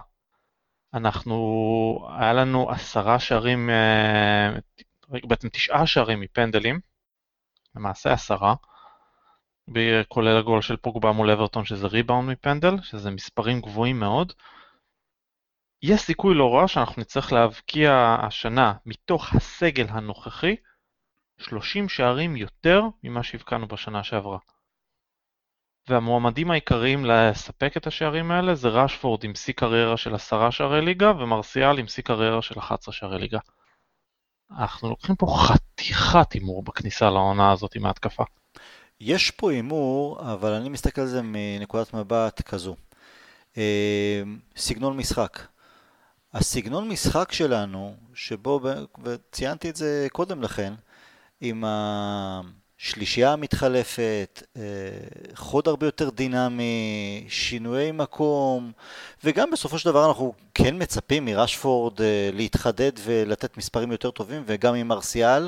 היה לנו 10 שערים, בעצם 9 שערים מפנדלים, למעשה 10, כולל הגול של פוגבה מול אברטון שזה ריבאונד מפנדל, שזה מספרים גבוהים מאוד. יש סיכוי לא רע שאנחנו נצטרך להבקיע השנה מתוך הסגל הנוכחי 30 שערים יותר ממה שהבקענו בשנה שעברה. והמועמדים העיקריים לספק את השערים האלה זה רשפורד עם שיא קריירה של 10 שערי ליגה ומרסיאל עם שיא קריירה של 11 שערי ליגה. אנחנו לוקחים פה חתיכת אימור בכניסה לעונה הזאת עם ההתקפה. יש פה אימור, אבל אני מסתכל על זה מנקודת מבט כזו. סגנון משחק. הסגנון משחק שלנו, שבו, וציינתי את זה קודם לכן, עם שלישייה מתחלפת, חוד הרבה יותר דינמי, שינויי מקום, וגם בסופו של דבר אנחנו כן מצפים מרשפורד להתחדד ולתת מספרים יותר טובים, וגם עם מרסיאל,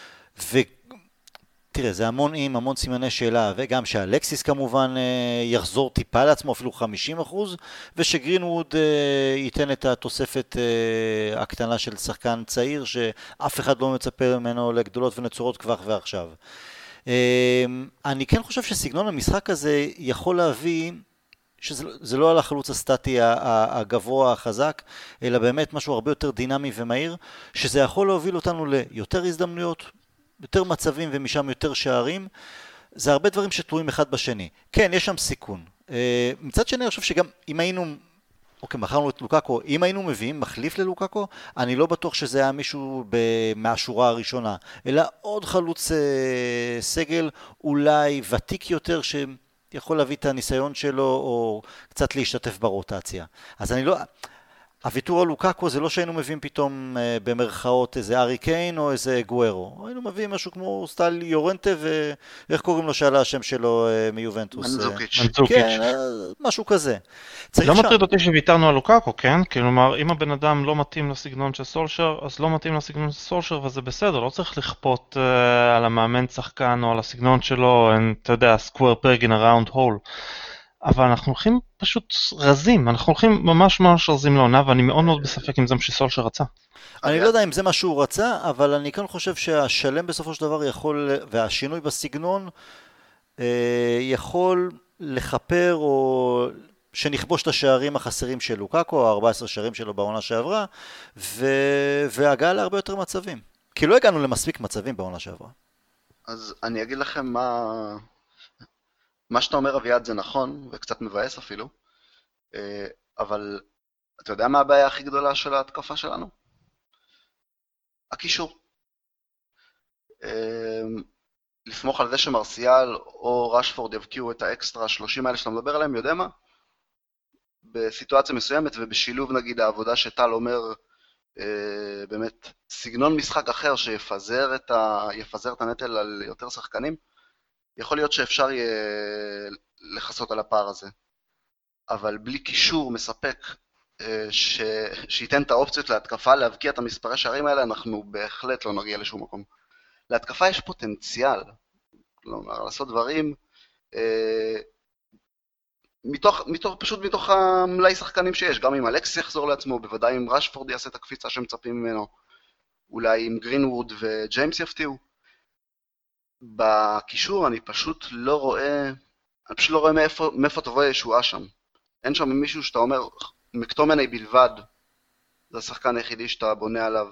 תראה, זה המון סימני שאלה, וגם שאלקסיס כמובן יחזור טיפה לעצמו, אפילו 50%, ושגרינווד ייתן את התוספת הקטנה של שחקן צעיר, שאף אחד לא מצפה ממנו לגדולות ונצורות כבר ועכשיו. אני כן חושב שסגנון המשחק הזה יכול להביא, שזה לא על החלוץ הסטטי הגבוה החזק, אלא באמת משהו הרבה יותר דינמי ומהיר, שזה יכול להוביל אותנו ליותר הזדמנויות, יותר מצבים ומשם יותר שערים. זה הרבה דברים שתלויים אחד בשני. כן, יש שם סיכון. מצד שני, אני חושב שגם אם היינו, מכרנו את לוקאקו, אם היינו מביאים מחליף ללוקאקו, אני לא בטוח שזה היה מישהו מהשורה הראשונה, אלא עוד חלוץ סגל, אולי ותיק יותר, שיכול להביא את הניסיון שלו, או קצת להשתתף ברוטציה. אז אני לא... הוויתור על לוקאקו זה לא שהיינו מביאים פתאום במרכאות איזה ארי קיין או איזה גוארו. היינו מביאים משהו כמו סטייל יורנטה ואיך קוראים לו שעלה השם שלו מיובנטוס? מנזוקיץ'. כן, משהו כזה. לא מטריד אותי שוויתרנו על לוקאקו, כן? כלומר, אם הבן אדם לא מתאים לסגנון של סולשר, אז לא מתאים לסגנון של סולשר וזה בסדר. לא צריך לכפות על המאמן שחקן או על הסגנון שלו, אתה יודע, square peg in a round hole. אבל אנחנו הולכים פשוט רזים, אנחנו הולכים ממש רזים לעונה, ואני מאוד בספק אם זה מה שסולשר רצה. אני לא יודע אם זה מה שהוא רצה, אבל אני כאן חושב שהשלם בסופו של דבר יכול, והשינוי בסגנון, יכול לחפר או שנכבוש את השערים החסרים של לוקאקו, 14 שערים שלו בעונה שעברה, והגעה להרבה יותר מצבים. כי לא הגענו למספיק מצבים בעונה שעברה. אז אני אגיד לכם מה שאתה אומר אביעד זה נכון, וקצת מבאס אפילו, אבל אתה יודע מה הבעיה הכי גדולה של ההתקפה שלנו? הקישור. לסמוך על זה שמרסיאל או רשפורד יבקיעו את האקסטרה 30 האלה שאתה מדבר עליהם, יודע מה? בסיטואציה מסוימת ובשילוב נגיד העבודה שטל אומר, באמת סגנון משחק אחר שיפזר את הנטל על יותר שחקנים, יכול להיות שאפשר יהיה לחסות על הפער הזה, אבל בלי קישור מספק שייתן את האופציות להתקפה להבקיע את המספרי שערים האלה, אנחנו בהחלט לא נגיע לשום מקום. להתקפה יש פוטנציאל, כלומר, לעשות דברים פשוט מתוך המלאי שחקנים שיש, גם אם אלקס יחזור לעצמו, בוודאי אם רשפורד יעשה את הקפיצה שמצפים ממנו, אולי אם גרינווד וג'יימס יפתיעו. בקישור אני פשוט לא רואה מאיפה תבוא הישועה שם. אין שם מישהו שאתה אומר, מקטומני בלבד, זה השחקן היחידי שאתה בונה עליו,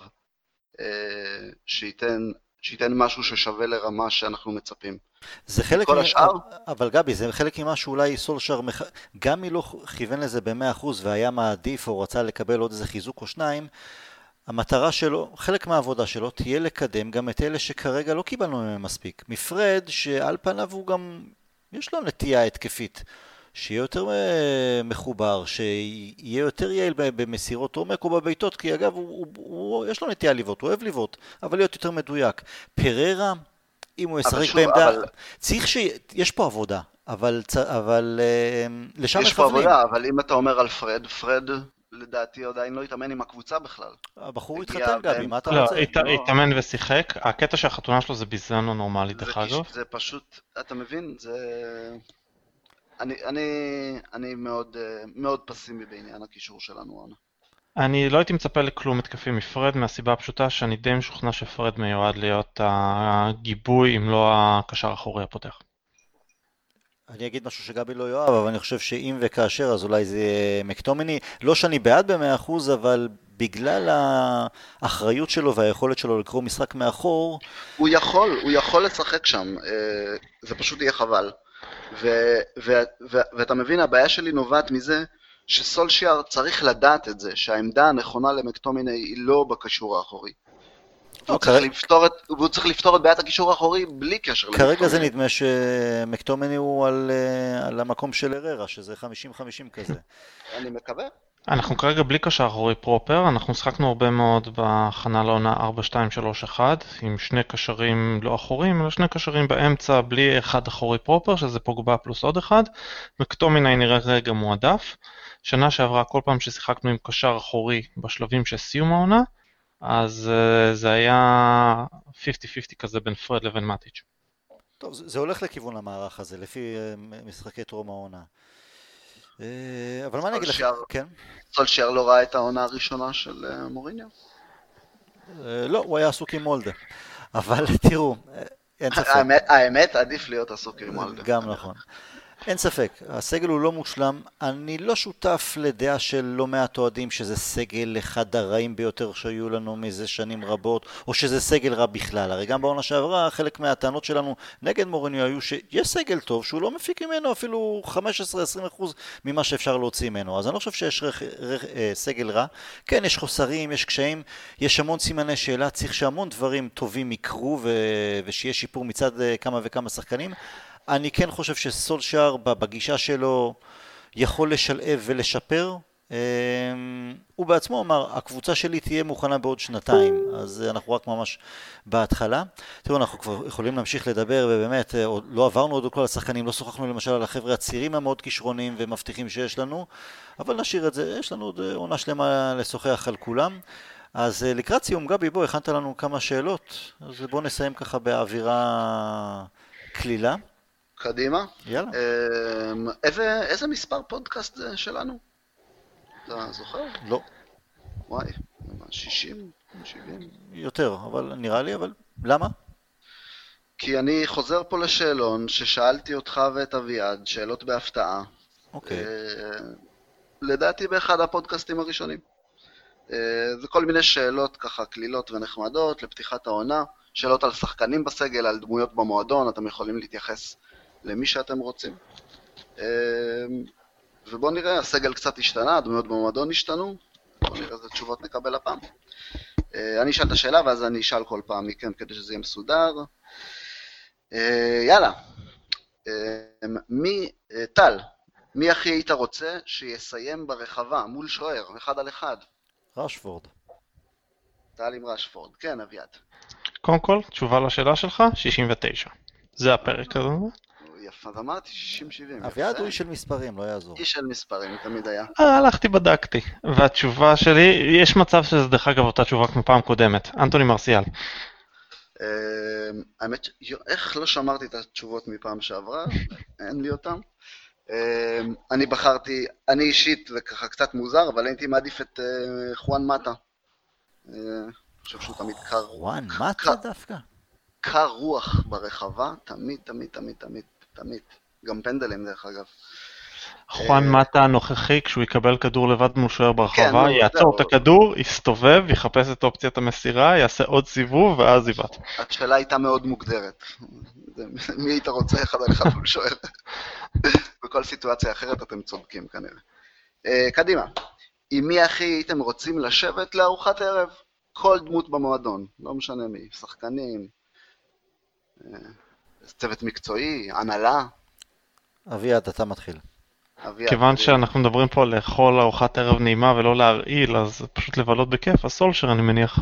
שייתן משהו ששווה לרמה שאנחנו מצפים. זה חלק אבל גבי, זה חלק ממה שאולי סולשר, גם מי לא כיוון לזה ב100% והיה מעדיף או רצה לקבל עוד איזה חיזוק או שניים, המטרה שלו, חלק מהעבודה שלו, תהיה לקדם גם את אלה שכרגע לא קיבלנו מהם מספיק. מפרד, שעל פניו הוא גם, יש לו נטייה התקפית, שיהיה יותר מחובר, שיהיה יותר יעיל במסירות עומק או בביתות, כי אגב, יש לו נטייה לבעוט, הוא אוהב לבעוט, אבל להיות יותר מדויק. פררה, אם הוא ישחק בעמדה, צריך יש פה עבודה, אבל לשם מכוונים. יש פה עבודה, אבל אם אתה אומר על פרד, לדעתי עדיין לא התאמן עם הקבוצה בכלל. הבחור התחתן גבי, מה אתה רוצה? לא, התאמן ושיחק. הקטע שהחתונה שלו זה ביזיון לא נורמלי, דרך אגב. זה פשוט, אתה מבין? אני מאוד פסימי בעניין הקישור שלנו. אני לא הייתי מצפה לכלום התקפי מפרד, מהסיבה הפשוטה שאני די משוכנע שפרד מיועד להיות הגיבוי, אם לא הקשר האחורי הפותח. אני אגיד משהו שגבי לא יאהב, אבל אני חושב שאם וכאשר, אז אולי זה מקטומני. לא שאני בעד ב100%, אבל בגלל האחריות שלו והיכולת שלו לקרוא משחק מאחור... הוא יכול לשחק שם, זה פשוט יהיה חבל. ואתה מבין, הבעיה שלי נובעת מזה שסולשייר צריך לדעת את זה, שהעמדה הנכונה למקטומני היא לא בקישור האחורי. והוא צריך לפתור את בעיית הקישור האחורי בלי קשר למקטומני. כרגע זה נדמה שמקטומני הוא על המקום של הררה, שזה 50-50 כזה. אני מקווה. אנחנו כרגע בלי קשר אחורי פרופר, אנחנו שחקנו הרבה מאוד בהכנה לעונה 4-2-3-1 עם שני קשרים לא אחורים, אלא שני קשרים באמצע בלי אחד אחורי פרופר, שזה פוגבה פלוס עוד אחד, מקטומיני נראה רגע מועדף. שנה שעברה כל פעם ששיחקנו עם קשר אחורי בשלבים של סיום העונה, אז זה היה 50-50 כזה בין פרד לבין מטיץ'. טוב, זה הולך לכיוון המערך הזה, לפי משחקי טרום העונה. אבל מה אני אגיד לך? כן? סולשייר לא ראה את העונה הראשונה של מוריניו? לא, הוא היה עסוק עם מולדה. אבל תראו, אין ספק. האמת, עדיף להיות עסוק עם מולדה. גם נכון. אין ספק, הסגל הוא לא מושלם, אני לא שותף לדעה של לא מעט אוהדים שזה סגל אחד הרעים ביותר שהיו לנו מזה שנים רבות, או שזה סגל רע בכלל. הרי גם בעונה שעברה, חלק מהטענות שלנו נגד מוריניו היו שיש סגל טוב, שהוא לא מפיק ממנו אפילו 15-20% ממה שאפשר להוציא ממנו. אז אני לא חושב שיש סגל רע. כן, יש חוסרים, יש קשיים, יש המון סימני שאלה, צריך שהמון דברים טובים יקרו ושיהיה שיפור מצד כמה וכמה שחקנים. אני כן חושב שסולשייר בגישה שלו יכול לשלב ולשפר. הוא בעצמו אמר, הקבוצה שלי תהיה מוכנה בעוד שנתיים, אז אנחנו רק ממש בהתחלה. תראו, אנחנו כבר יכולים להמשיך לדבר, ובאמת לא עברנו עוד כל השחקנים, לא שוחחנו למשל על החבר'ה הצעירים המאוד כישרוניים ומבטיחים שיש לנו, אבל נשאיר את זה, יש לנו עוד עונה שלמה לשוחח על כולם. אז לקראת סיום, גבי, בוא, הכנת לנו כמה שאלות, אז בוא נסיים ככה באווירה כלילה. קדימה. יאללה. איזה מספר פודקאסט זה שלנו? אתה זוכר? לא. וואי, 60? 70? יותר, אבל נראה לי, אבל למה? כי אני חוזר פה לשאלון ששאלתי אותך ואת אביעד, שאלות בהפתעה. אוקיי. לדעתי באחד הפודקאסטים הראשונים. זה כל מיני שאלות ככה כלילות ונחמדות לפתיחת העונה, שאלות על שחקנים בסגל, על דמויות במועדון, אתם יכולים להתייחס למי שאתם רוצים. ובואו נראה, הסגל קצת השתנה, הדמויות במועדון השתנו, בואו נראה איזה תשובות נקבל הפעם. אני אשאל את השאלה ואז אני אשאל כל פעם מכם כדי שזה יהיה מסודר. יאללה, טל, מי הכי היית רוצה שיסיים ברחבה מול שוער, 1-1? רשפורד. טל עם רשפורד, כן אביעד. קודם כל, תשובה לשאלה שלך, 69. זה הפרק הזה. יפה, אז אמרתי 60-70. אביעד הוא איש של מספרים, לא יעזור. איש של מספרים, תמיד היה. הלכתי בדקתי, והתשובה שלי, יש מצב שזה דרך אגב אותה תשובה כמו פעם קודמת, אנטוני מרסיאל. האמת, איך לא שמרתי את התשובות מפעם שעברה, אין לי אותם. אני בחרתי, אני אישית, זה ככה קצת מוזר, אבל הייתי מעדיף את חואן מטה. אני חושב שהוא תמיד קר. חואן מטה דווקא? קר רוח ברחבה, תמיד, תמיד, תמיד, תמיד, תמיד. גם פנדלים דרך אגב. חואן מטה הנוכחי, כשהוא יקבל כדור לבד מול שוער ברחבה, יעצור את הכדור, יסתובב, יחפש את אופציית המסירה, יעשה עוד סיבוב ואז יבט. השאלה הייתה מאוד מוגדרת. מי היית רוצה 1-1 מול שוער? בכל סיטואציה אחרת אתם צודקים כנראה. קדימה, עם מי הכי הייתם רוצים לשבת לארוחת ערב? כל דמות במועדון, לא משנה מי, שחקנים, צוות מקצועי, הנהלה. אביעד, אתה מתחיל. כיוון שאנחנו מדברים פה לאכול ארוחת ערב נעימה ולא להרעיל, אז פשוט לבלות בכיף, אז סולשר אני מניח.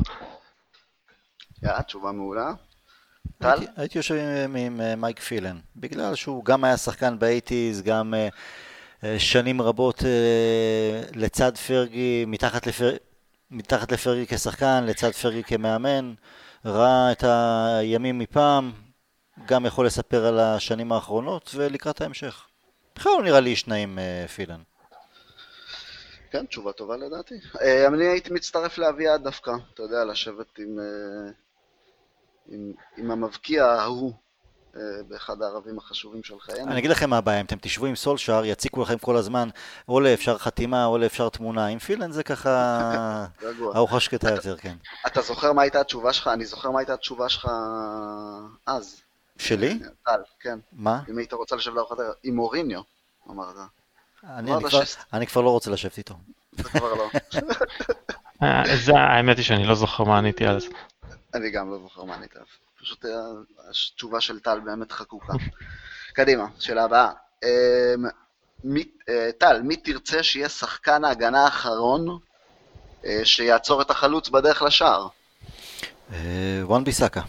תשובה מעולה. טל? הייתי יושב עם מייק פילן, בגלל שהוא גם היה שחקן באייטיז, גם שנים רבות לצד פרגי, מתחת לפרגי כשחקן, לצד פרגי כמאמן, ראה את הימים מפעם, גם יכול לספר על השנים האחרונות ולקראת ההמשך. בכלל לא נראה לי איש נעים פילן. כן, תשובה טובה לדעתי. אני הייתי מצטרף לאביעד דווקא, אתה יודע, לשבת עם המבקיע ההוא באחד הערבים החשובים של חיינו. אני אגיד לכם מה הבעיה, אם אתם תשבו עם סולשר, יציקו לכם כל הזמן, או לאפשר חתימה, או לאפשר תמונה. עם פילן זה ככה ארוחה שקטה יותר, כן. אתה זוכר מה הייתה התשובה שלך? אני זוכר מה הייתה התשובה שלך אז. שלי? טל, כן. מה? אם היית רוצה לשבת לארוחת ערב, עם מוריניו, אמרת. אני כבר לא רוצה לשבת איתו. זה כבר לא. האמת היא שאני לא זוכר מה עניתי על זה. אני גם לא זוכר מה עניתי. פשוט התשובה של טל באמת חקוקה. קדימה, שאלה הבאה. טל, מי תרצה שיהיה שחקן ההגנה האחרון שיעצור את החלוץ בדרך לשער? וואן ביסאקה.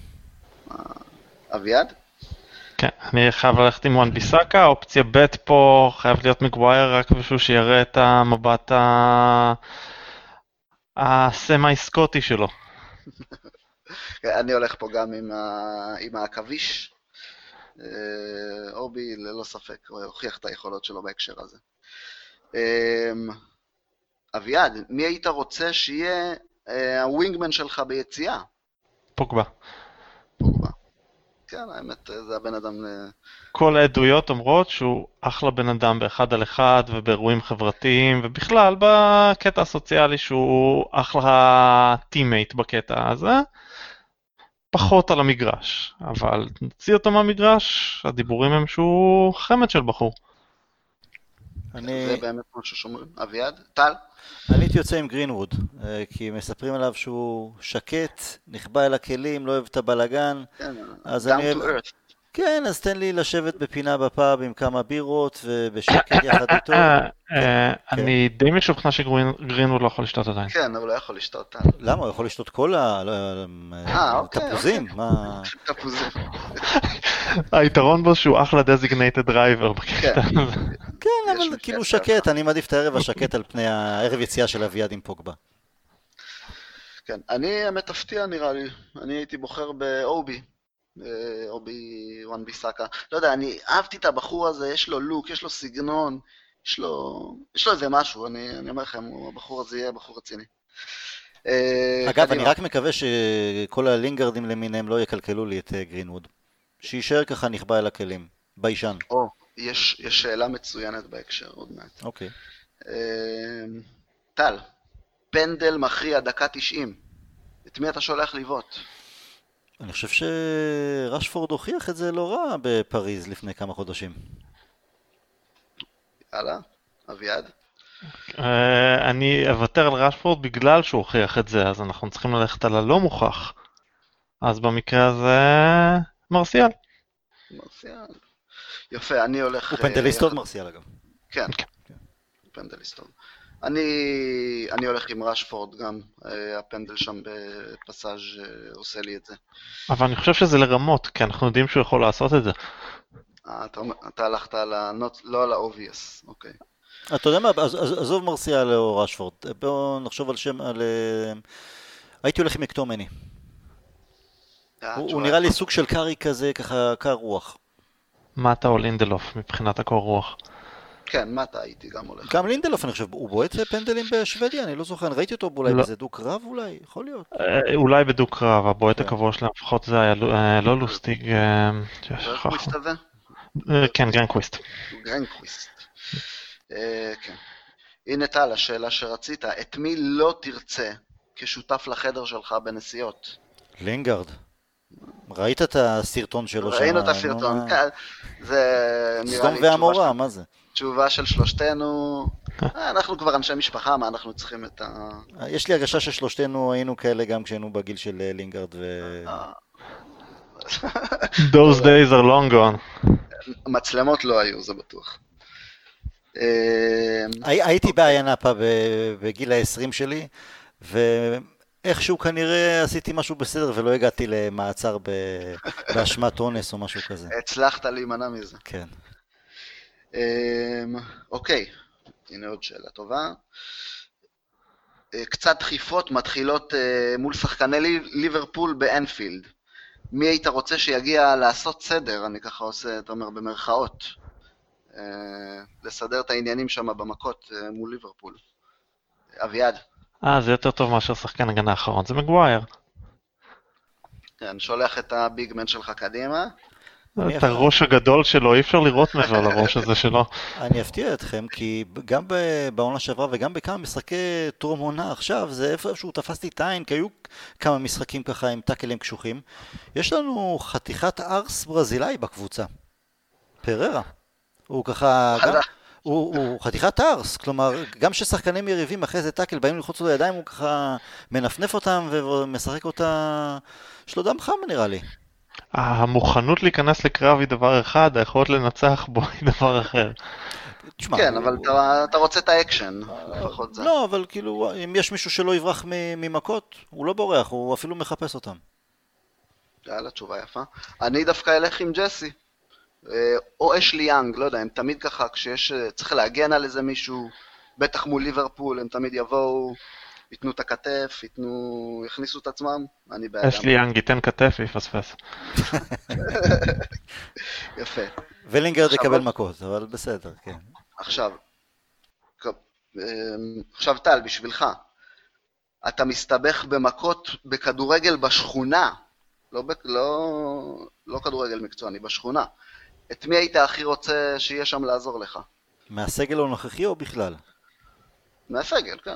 אביעד? כן, אני חייב ללכת עם וואן ביסאקה, אופציה ב' פה חייב להיות מגווייר רק בשביל שיראה את המבט הסמי סקוטי שלו. אני הולך פה גם עם העכביש. אובי ללא ספק, הוא הוכיח את היכולות שלו בהקשר הזה. אביעד, מי היית רוצה שיהיה הווינגמן שלך ביציאה? פוגבה. פוגבה. כן, האמת, זה הבן אדם... כל העדויות אומרות שהוא אחלה בן אדם באחד על אחד ובאירועים חברתיים ובכלל בקטע הסוציאלי שהוא אחלה טימייט בקטע הזה. פחות על המגרש, אבל נוציא אותו מהמגרש, הדיבורים הם שהוא חמד של בחור. זה באמת משהו שאומרים. אביעד? טל? אני הייתי יוצא עם גרינווד, כי מספרים עליו שהוא שקט, נחבא אל הכלים, לא אוהב את הבלגן. כן, אז down to earth. כן, אז תן לי לשבת בפינה בפאב עם כמה בירות ובשקט יחד איתו. אני די משוכנע שגרינווד לא יכול לשתות עדיין. כן, הוא לא יכול לשתות, טל. למה? הוא יכול לשתות קולה, תפוזים? תפוזים. היתרון בו שהוא אחלה designated driver בקטע הזה. כן, אבל כאילו שקט, אני מעדיף את הערב השקט על פני הערב יציאה של אביעד עם פוגבה. כן, אני האמת תפתיע נראה לי, אני הייתי בוחר באובי, וואן ביסאקה. לא יודע, אני אהבתי את הבחור הזה, יש לו לוק, יש לו סגנון, יש לו איזה משהו, אני אומר לכם, הבחור הזה יהיה בחור רציני. אגב, אני רק מקווה שכל הלינגרדים למיניהם לא יקלקלו לי את גרינווד. שישאר ככה נכבה אל הכלים, ביישן. יש שאלה מצוינת בהקשר, עוד מעט. אוקיי. טל, פנדל מכריע דקה 90. את מי אתה שולח לבעוט? אני חושב שרשפורד הוכיח את זה לא רע בפריז לפני כמה חודשים. יאללה, אביעד? אני אוותר על רשפורד בגלל שהוא הוכיח את זה, אז אנחנו צריכים ללכת על הלא מוכח. אז במקרה הזה, מרסיאל. מרסיאל. יפה, אני הולך... הוא פנדליסטוד מרסיאל אגב. כן, פנדליסטוד. אני הולך עם רשפורד גם, הפנדל שם בפסאז' עושה לי את זה. אבל אני חושב שזה לרמות, כי אנחנו יודעים שהוא יכול לעשות את זה. אתה הלכת לא על ה-obvious, אוקיי. אתה יודע מה, עזוב מרסיאל או רשפורד, בואו נחשוב על שם, הייתי הולך עם מקטומני. הוא נראה לי סוג של קארי כזה, ככה קר רוח. מה אתה או לינדלוף מבחינת הקור רוח? כן, מה אתה הייתי גם הולך? גם לינדלוף, אני חושב, הוא בועט פנדלים בשוודיה, אני לא זוכר, אני ראיתי אותו אולי באיזה דוק רב אולי, יכול להיות. אולי בדוק רב, הבועט הקבוע שלהם, לפחות זה היה לא לוסטיג. גרנקוויסט הזה? כן, גרנקוויסט. גרנקוויסט. כן. הנה טל, השאלה שרצית, את מי לא תרצה כשותף לחדר שלך בנסיעות? לינגארד. ראית את הסרטון שלו שם? ראינו את הסרטון, זה נראה לי סדום ועמורה, מה זה? תשובה של שלושתנו, אנחנו כבר אנשי משפחה, מה אנחנו צריכים את ה... יש לי הרגשה ששלושתנו היינו כאלה גם כשהיינו בגיל של לינגארד Those days are long gone. מצלמות לא היו, זה בטוח. הייתי בעיינפה בגיל ה-20 שלי, ואיכשהו כנראה עשיתי משהו בסדר ולא הגעתי למעצר באשמת אונס או משהו כזה. הצלחת להימנע מזה. כן. אוקיי, הנה עוד שאלה טובה. קצת דחיפות מתחילות מול שחקני ליברפול באנפילד. מי היית רוצה שיגיע לעשות סדר? אני ככה עושה, אתה אומר, במרכאות. לסדר את העניינים שם במכות מול ליברפול. אביעד. זה יותר טוב מאשר שחקן הגנה האחרון, זה מגווייר. כן, שולח את הביגמן שלך קדימה. את הראש הגדול שלו, אי אפשר לראות מעבר לראש הזה שלו. אני אפתיע אתכם, כי גם בעונה שעברה וגם בכמה משחקי טרום עונה עכשיו, זה איפשהו תפסתי את העין, כי היו כמה משחקים ככה עם טאקלים קשוחים. יש לנו חתיכת ארס ברזילאי בקבוצה. פררה. הוא ככה... הוא חתיכת ארס, כלומר, גם ששחקנים יריבים אחרי זה טאקל, באים ללחוץ לו ידיים, הוא ככה מנפנף אותם ומשחק אותה... יש לו דם חם נראה לי. המוכנות להיכנס לקרב היא דבר אחד, היכולת לנצח בו היא דבר אחר. תשמע, כן, אבל אתה רוצה את האקשן, לפחות זה. לא, אבל כאילו, אם יש מישהו שלא יברח ממכות, הוא לא בורח, הוא אפילו מחפש אותם. יאללה, תשובה יפה. אני דווקא אלך עם ג'סי. או אשלי יאנג, לא יודע, הם תמיד ככה, צריך להגן על איזה מישהו, בטח מול ליברפול, הם תמיד יבואו, ייתנו את הכתף, יכניסו את עצמם, אני בעדם. יש לי יאנג, ייתן כתף ויפספס. יפה. ולינגרד יקבל מכות, אבל בסדר, כן. עכשיו טל, בשבילך, אתה מסתבך במכות בכדורגל בשכונה, לא כדורגל מקצועני, בשכונה. את מי היית הכי רוצה שיהיה שם לעזור לך? מהסגל הנוכחי או בכלל? מהסגל, כן.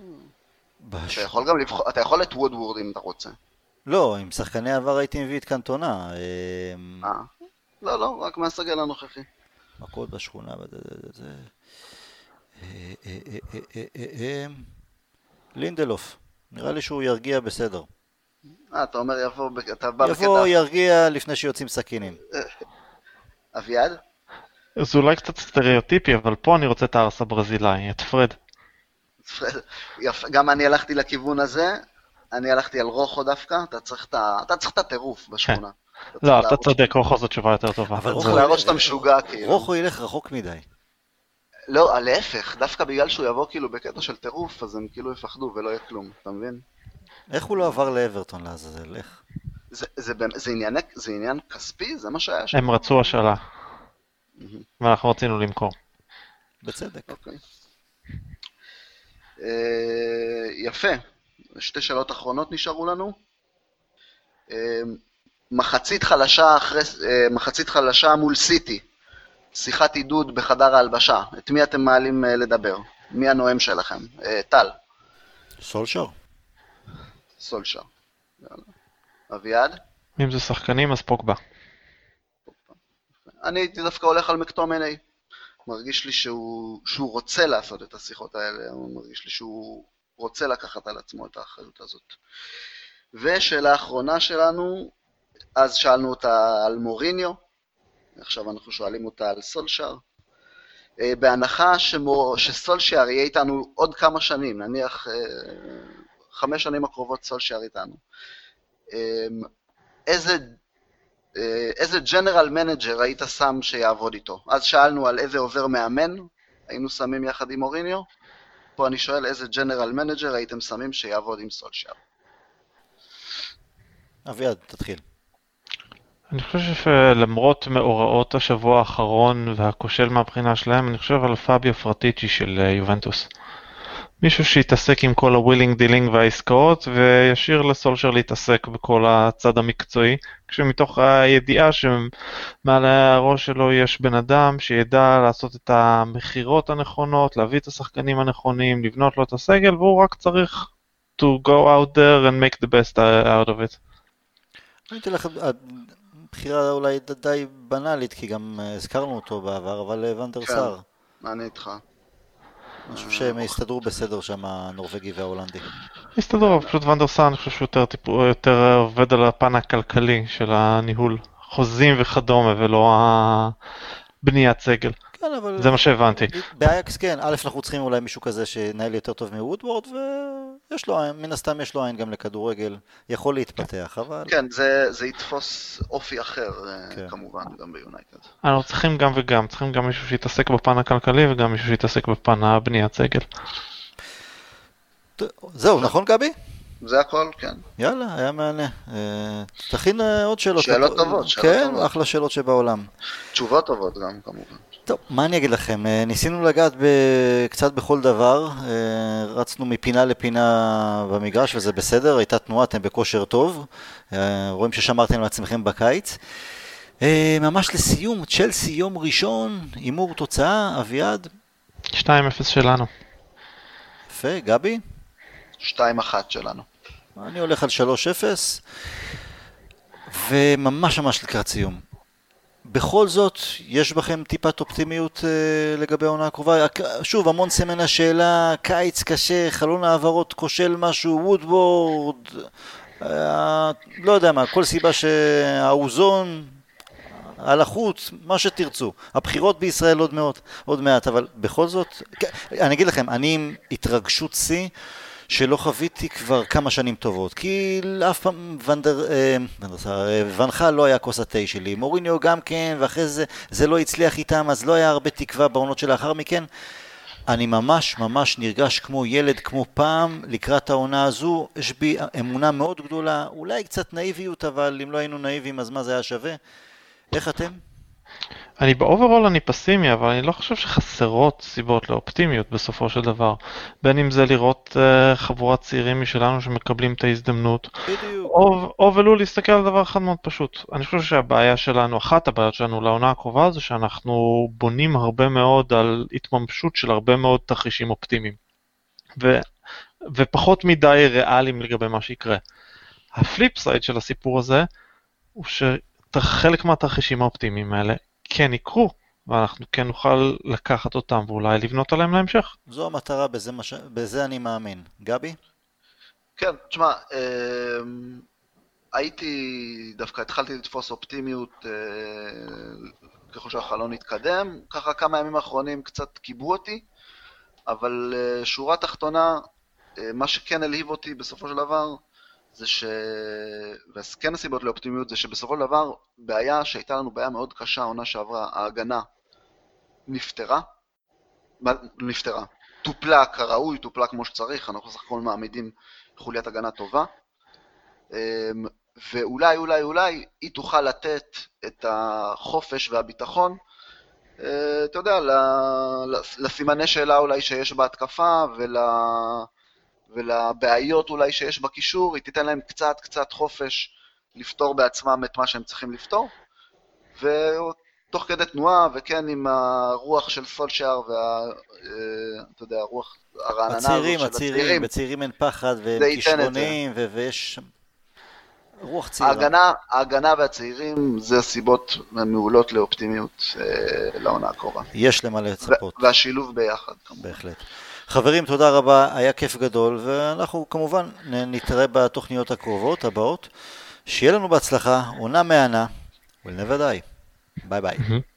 אתה יכול את וודוורד אם אתה רוצה. לא, עם שחקני עבר הייתי מביא את קנטונה. לא, רק מהסגל הנוכחי. מכות בשכונה. לינדלוף, נראה לי שהוא ירגיע בסדר. אתה אומר אתה בא בקטע. יבוא ירגיע לפני שיוצאים סכינים. אביעד? זה אולי קצת סטריאוטיפי, אבל פה אני רוצה את הארס הברזילאי, את פרד. גם אני הלכתי לכיוון הזה, אני הלכתי על רוחו דווקא, אתה צריך את הטירוף בשכונה. לא, אתה צודק, רוחו זו תשובה יותר טובה. אבל רוחו להראות שאתה משוגע כאילו. רוחו ילך רחוק מדי. לא, להפך, דווקא בגלל שהוא יבוא כאילו בקטע של טירוף, אז הם כאילו יפחדו ולא יהיה כלום, אתה מבין? איך הוא לא עבר לאברטון לעזאזל? איך? זה עניין כספי? זה מה שהיה שם? הם רצו השאלה. ואנחנו רצינו למכור. בצדק. אוקיי. יפה. שתי שאלות אחרונות נשארו לנו. מחצית חלשה מול סיטי. שיחת עידוד בחדר ההלבשה. את מי אתם מעלים לדבר? מי הנואם שלכם? טל. סולשר. אביעד? אם זה שחקנים, אז פוגבה. אני הייתי דווקא הולך על מקטומני. מרגיש לי שהוא רוצה לעשות את השיחות האלה, הוא מרגיש לי שהוא רוצה לקחת על עצמו את האחריות הזאת. ושאלה האחרונה שלנו, אז שאלנו אותה על מוריניו, עכשיו אנחנו שואלים אותה על סולשר. בהנחה שסולשר יהיה איתנו עוד כמה שנים, נניח 5 שנים הקרובות סולשר איתנו, איזה ג'נרל מנג'ר היית שם שיעבוד איתו? אז שאלנו על איזה עוזר מאמן, היינו שמים יחד עם מוריניו, פה אני שואל איזה ג'נרל מנג'ר הייתם שמים שיעבוד עם סולשר. אביעד, תתחיל. אני חושב שלמרות מאורעות השבוע האחרון והכושל מהבחינה שלהם, אני חושב על פאביו פרטיצ'י של יובנטוס. מישהו שיתעסק עם כל הווילינג דילינג והעסקאות, וישאיר לסולשר להתעסק בכל הצד המקצועי, כשמתוך הידיעה שמעל הראש שלו יש בן אדם שידע לעשות את המחירות הנכונות, להביא את השחקנים הנכונים, לבנות לו את הסגל, והוא רק צריך to go out there and make the best out of it. אני אתן לך בחירה אולי די בנאלית, כי גם הזכרנו אותו בעבר, אבל ונדר סאר. כן, אני איתך. אני חושב שהם הסתדרו בסדר שם, הנורווגי וההולנדי. הסתדרו, פשוט ונדר סאר, אני חושב שהוא יותר עובד על הפן הכלכלי של הניהול, חוזים וכדומה, ולא בניית סגל. כן, אבל... זה מה שהבנתי. באייקס כן, א' אנחנו צריכים אולי מישהו כזה שנהל יותר טוב מוודוורד, ויש לו, מן הסתם יש לו עין גם לכדורגל, יכול להתפתח, אבל... כן, זה יתפוס אופי אחר, כמובן, גם ביונייטד. אנחנו צריכים גם וגם, צריכים גם מישהו שיתעסק בפן הכלכלי, וגם מישהו שיתעסק בפן הבניית סגל. זהו, נכון גבי? זה הכל, כן. יאללה, היה מענה. תכין עוד שאלות. שאלות טובות. כן, אחלה שאלות שבעולם. תשובות טובות גם, כמובן. טוב, מה אני אגיד לכם? ניסינו לגעת קצת בכל דבר, רצנו מפינה לפינה במגרש וזה בסדר, הייתה תנועה, אתם בכושר טוב, רואים ששמרתם לעצמכם בקיץ. ממש לסיום, צ'לסי יום ראשון, אימור תוצאה, אביעד? 2-0 שלנו. יפה, גבי? 2-1 שלנו. אני הולך על 3-0, וממש לקראת סיום. בכל זאת, יש בכם טיפת אופטימיות לגבי העונה הקרובה? שוב, המון סימן השאלה, קיץ קשה, חלון העברות כושל משהו, וודוורד, לא יודע מה, כל סיבה שהאוזון, הלחוץ, מה שתרצו. הבחירות בישראל עוד מעט, אבל בכל זאת, אני אגיד לכם, אני עם התרגשות שיא, שלא חוויתי כבר כמה שנים טובות, כי אף פעם ונחל לא היה כוס התה שלי, מוריניו גם כן, ואחרי זה לא הצליח איתם, אז לא היה הרבה תקווה בעונות שלאחר מכן. אני ממש נרגש כמו ילד, כמו פעם, לקראת העונה הזו. יש בי אמונה מאוד גדולה, אולי קצת נאיביות, אבל אם לא היינו נאיבים אז מה זה היה שווה? איך אתם? אני באוברול אני פסימי, אבל אני לא חושב שחסרות סיבות לאופטימיות בסופו של דבר. בין אם זה לראות חבורת צעירים משלנו שמקבלים את ההזדמנות, בדיוק. או ולו להסתכל על דבר אחד מאוד פשוט. אני חושב שהבעיה שלנו, אחת הבעיות שלנו לעונה הקרובה, זה שאנחנו בונים הרבה מאוד על התממשות של הרבה מאוד תרחישים אופטימיים. ופחות מדי ריאליים לגבי מה שיקרה. הפליפ סייד של הסיפור הזה, הוא שחלק מהתרחישים האופטימיים האלה כן יקרו, ואנחנו כן נוכל לקחת אותם ואולי לבנות עליהם להמשך. זו המטרה, בזה אני מאמין. גבי? כן, תשמע, דווקא התחלתי לתפוס אופטימיות ככל שהחלון התקדם, ככה כמה ימים האחרונים קצת קיבו אותי, אבל שורה תחתונה, מה שכן הלהיב אותי בסופו של דבר, זה וכן הסיבות לאופטימיות, זה שבסופו של דבר, בעיה שהייתה לנו בעיה מאוד קשה, העונה שעברה, ההגנה נפטרה, טופלה כראוי, טופלה כמו שצריך, אנחנו סך הכל מעמידים חוליית הגנה טובה, ואולי היא תוכל לתת את החופש והביטחון, אתה יודע, לסימני שאלה אולי שיש בהתקפה, ולבעיות אולי שיש בקישור, היא תיתן להם קצת חופש לפתור בעצמם את מה שהם צריכים לפתור, ותוך כדי תנועה, וכן עם הרוח של סולשייר, אתה יודע, הרוח הרעננה הזאת של הצעירים. בצעירים אין פחד, והם כישרוניים, ויש רוח צעירה. ההגנה והצעירים זה הסיבות המעולות לאופטימיות לעונה הקרובה. יש למה לצפות. והשילוב ביחד, כמובן. בהחלט. חברים, תודה רבה, היה כיף גדול, ואנחנו כמובן נתראה בתוכניות הקרובות הבאות. שיהיה לנו בהצלחה, עונה מהנה, we'll never die. ביי ביי.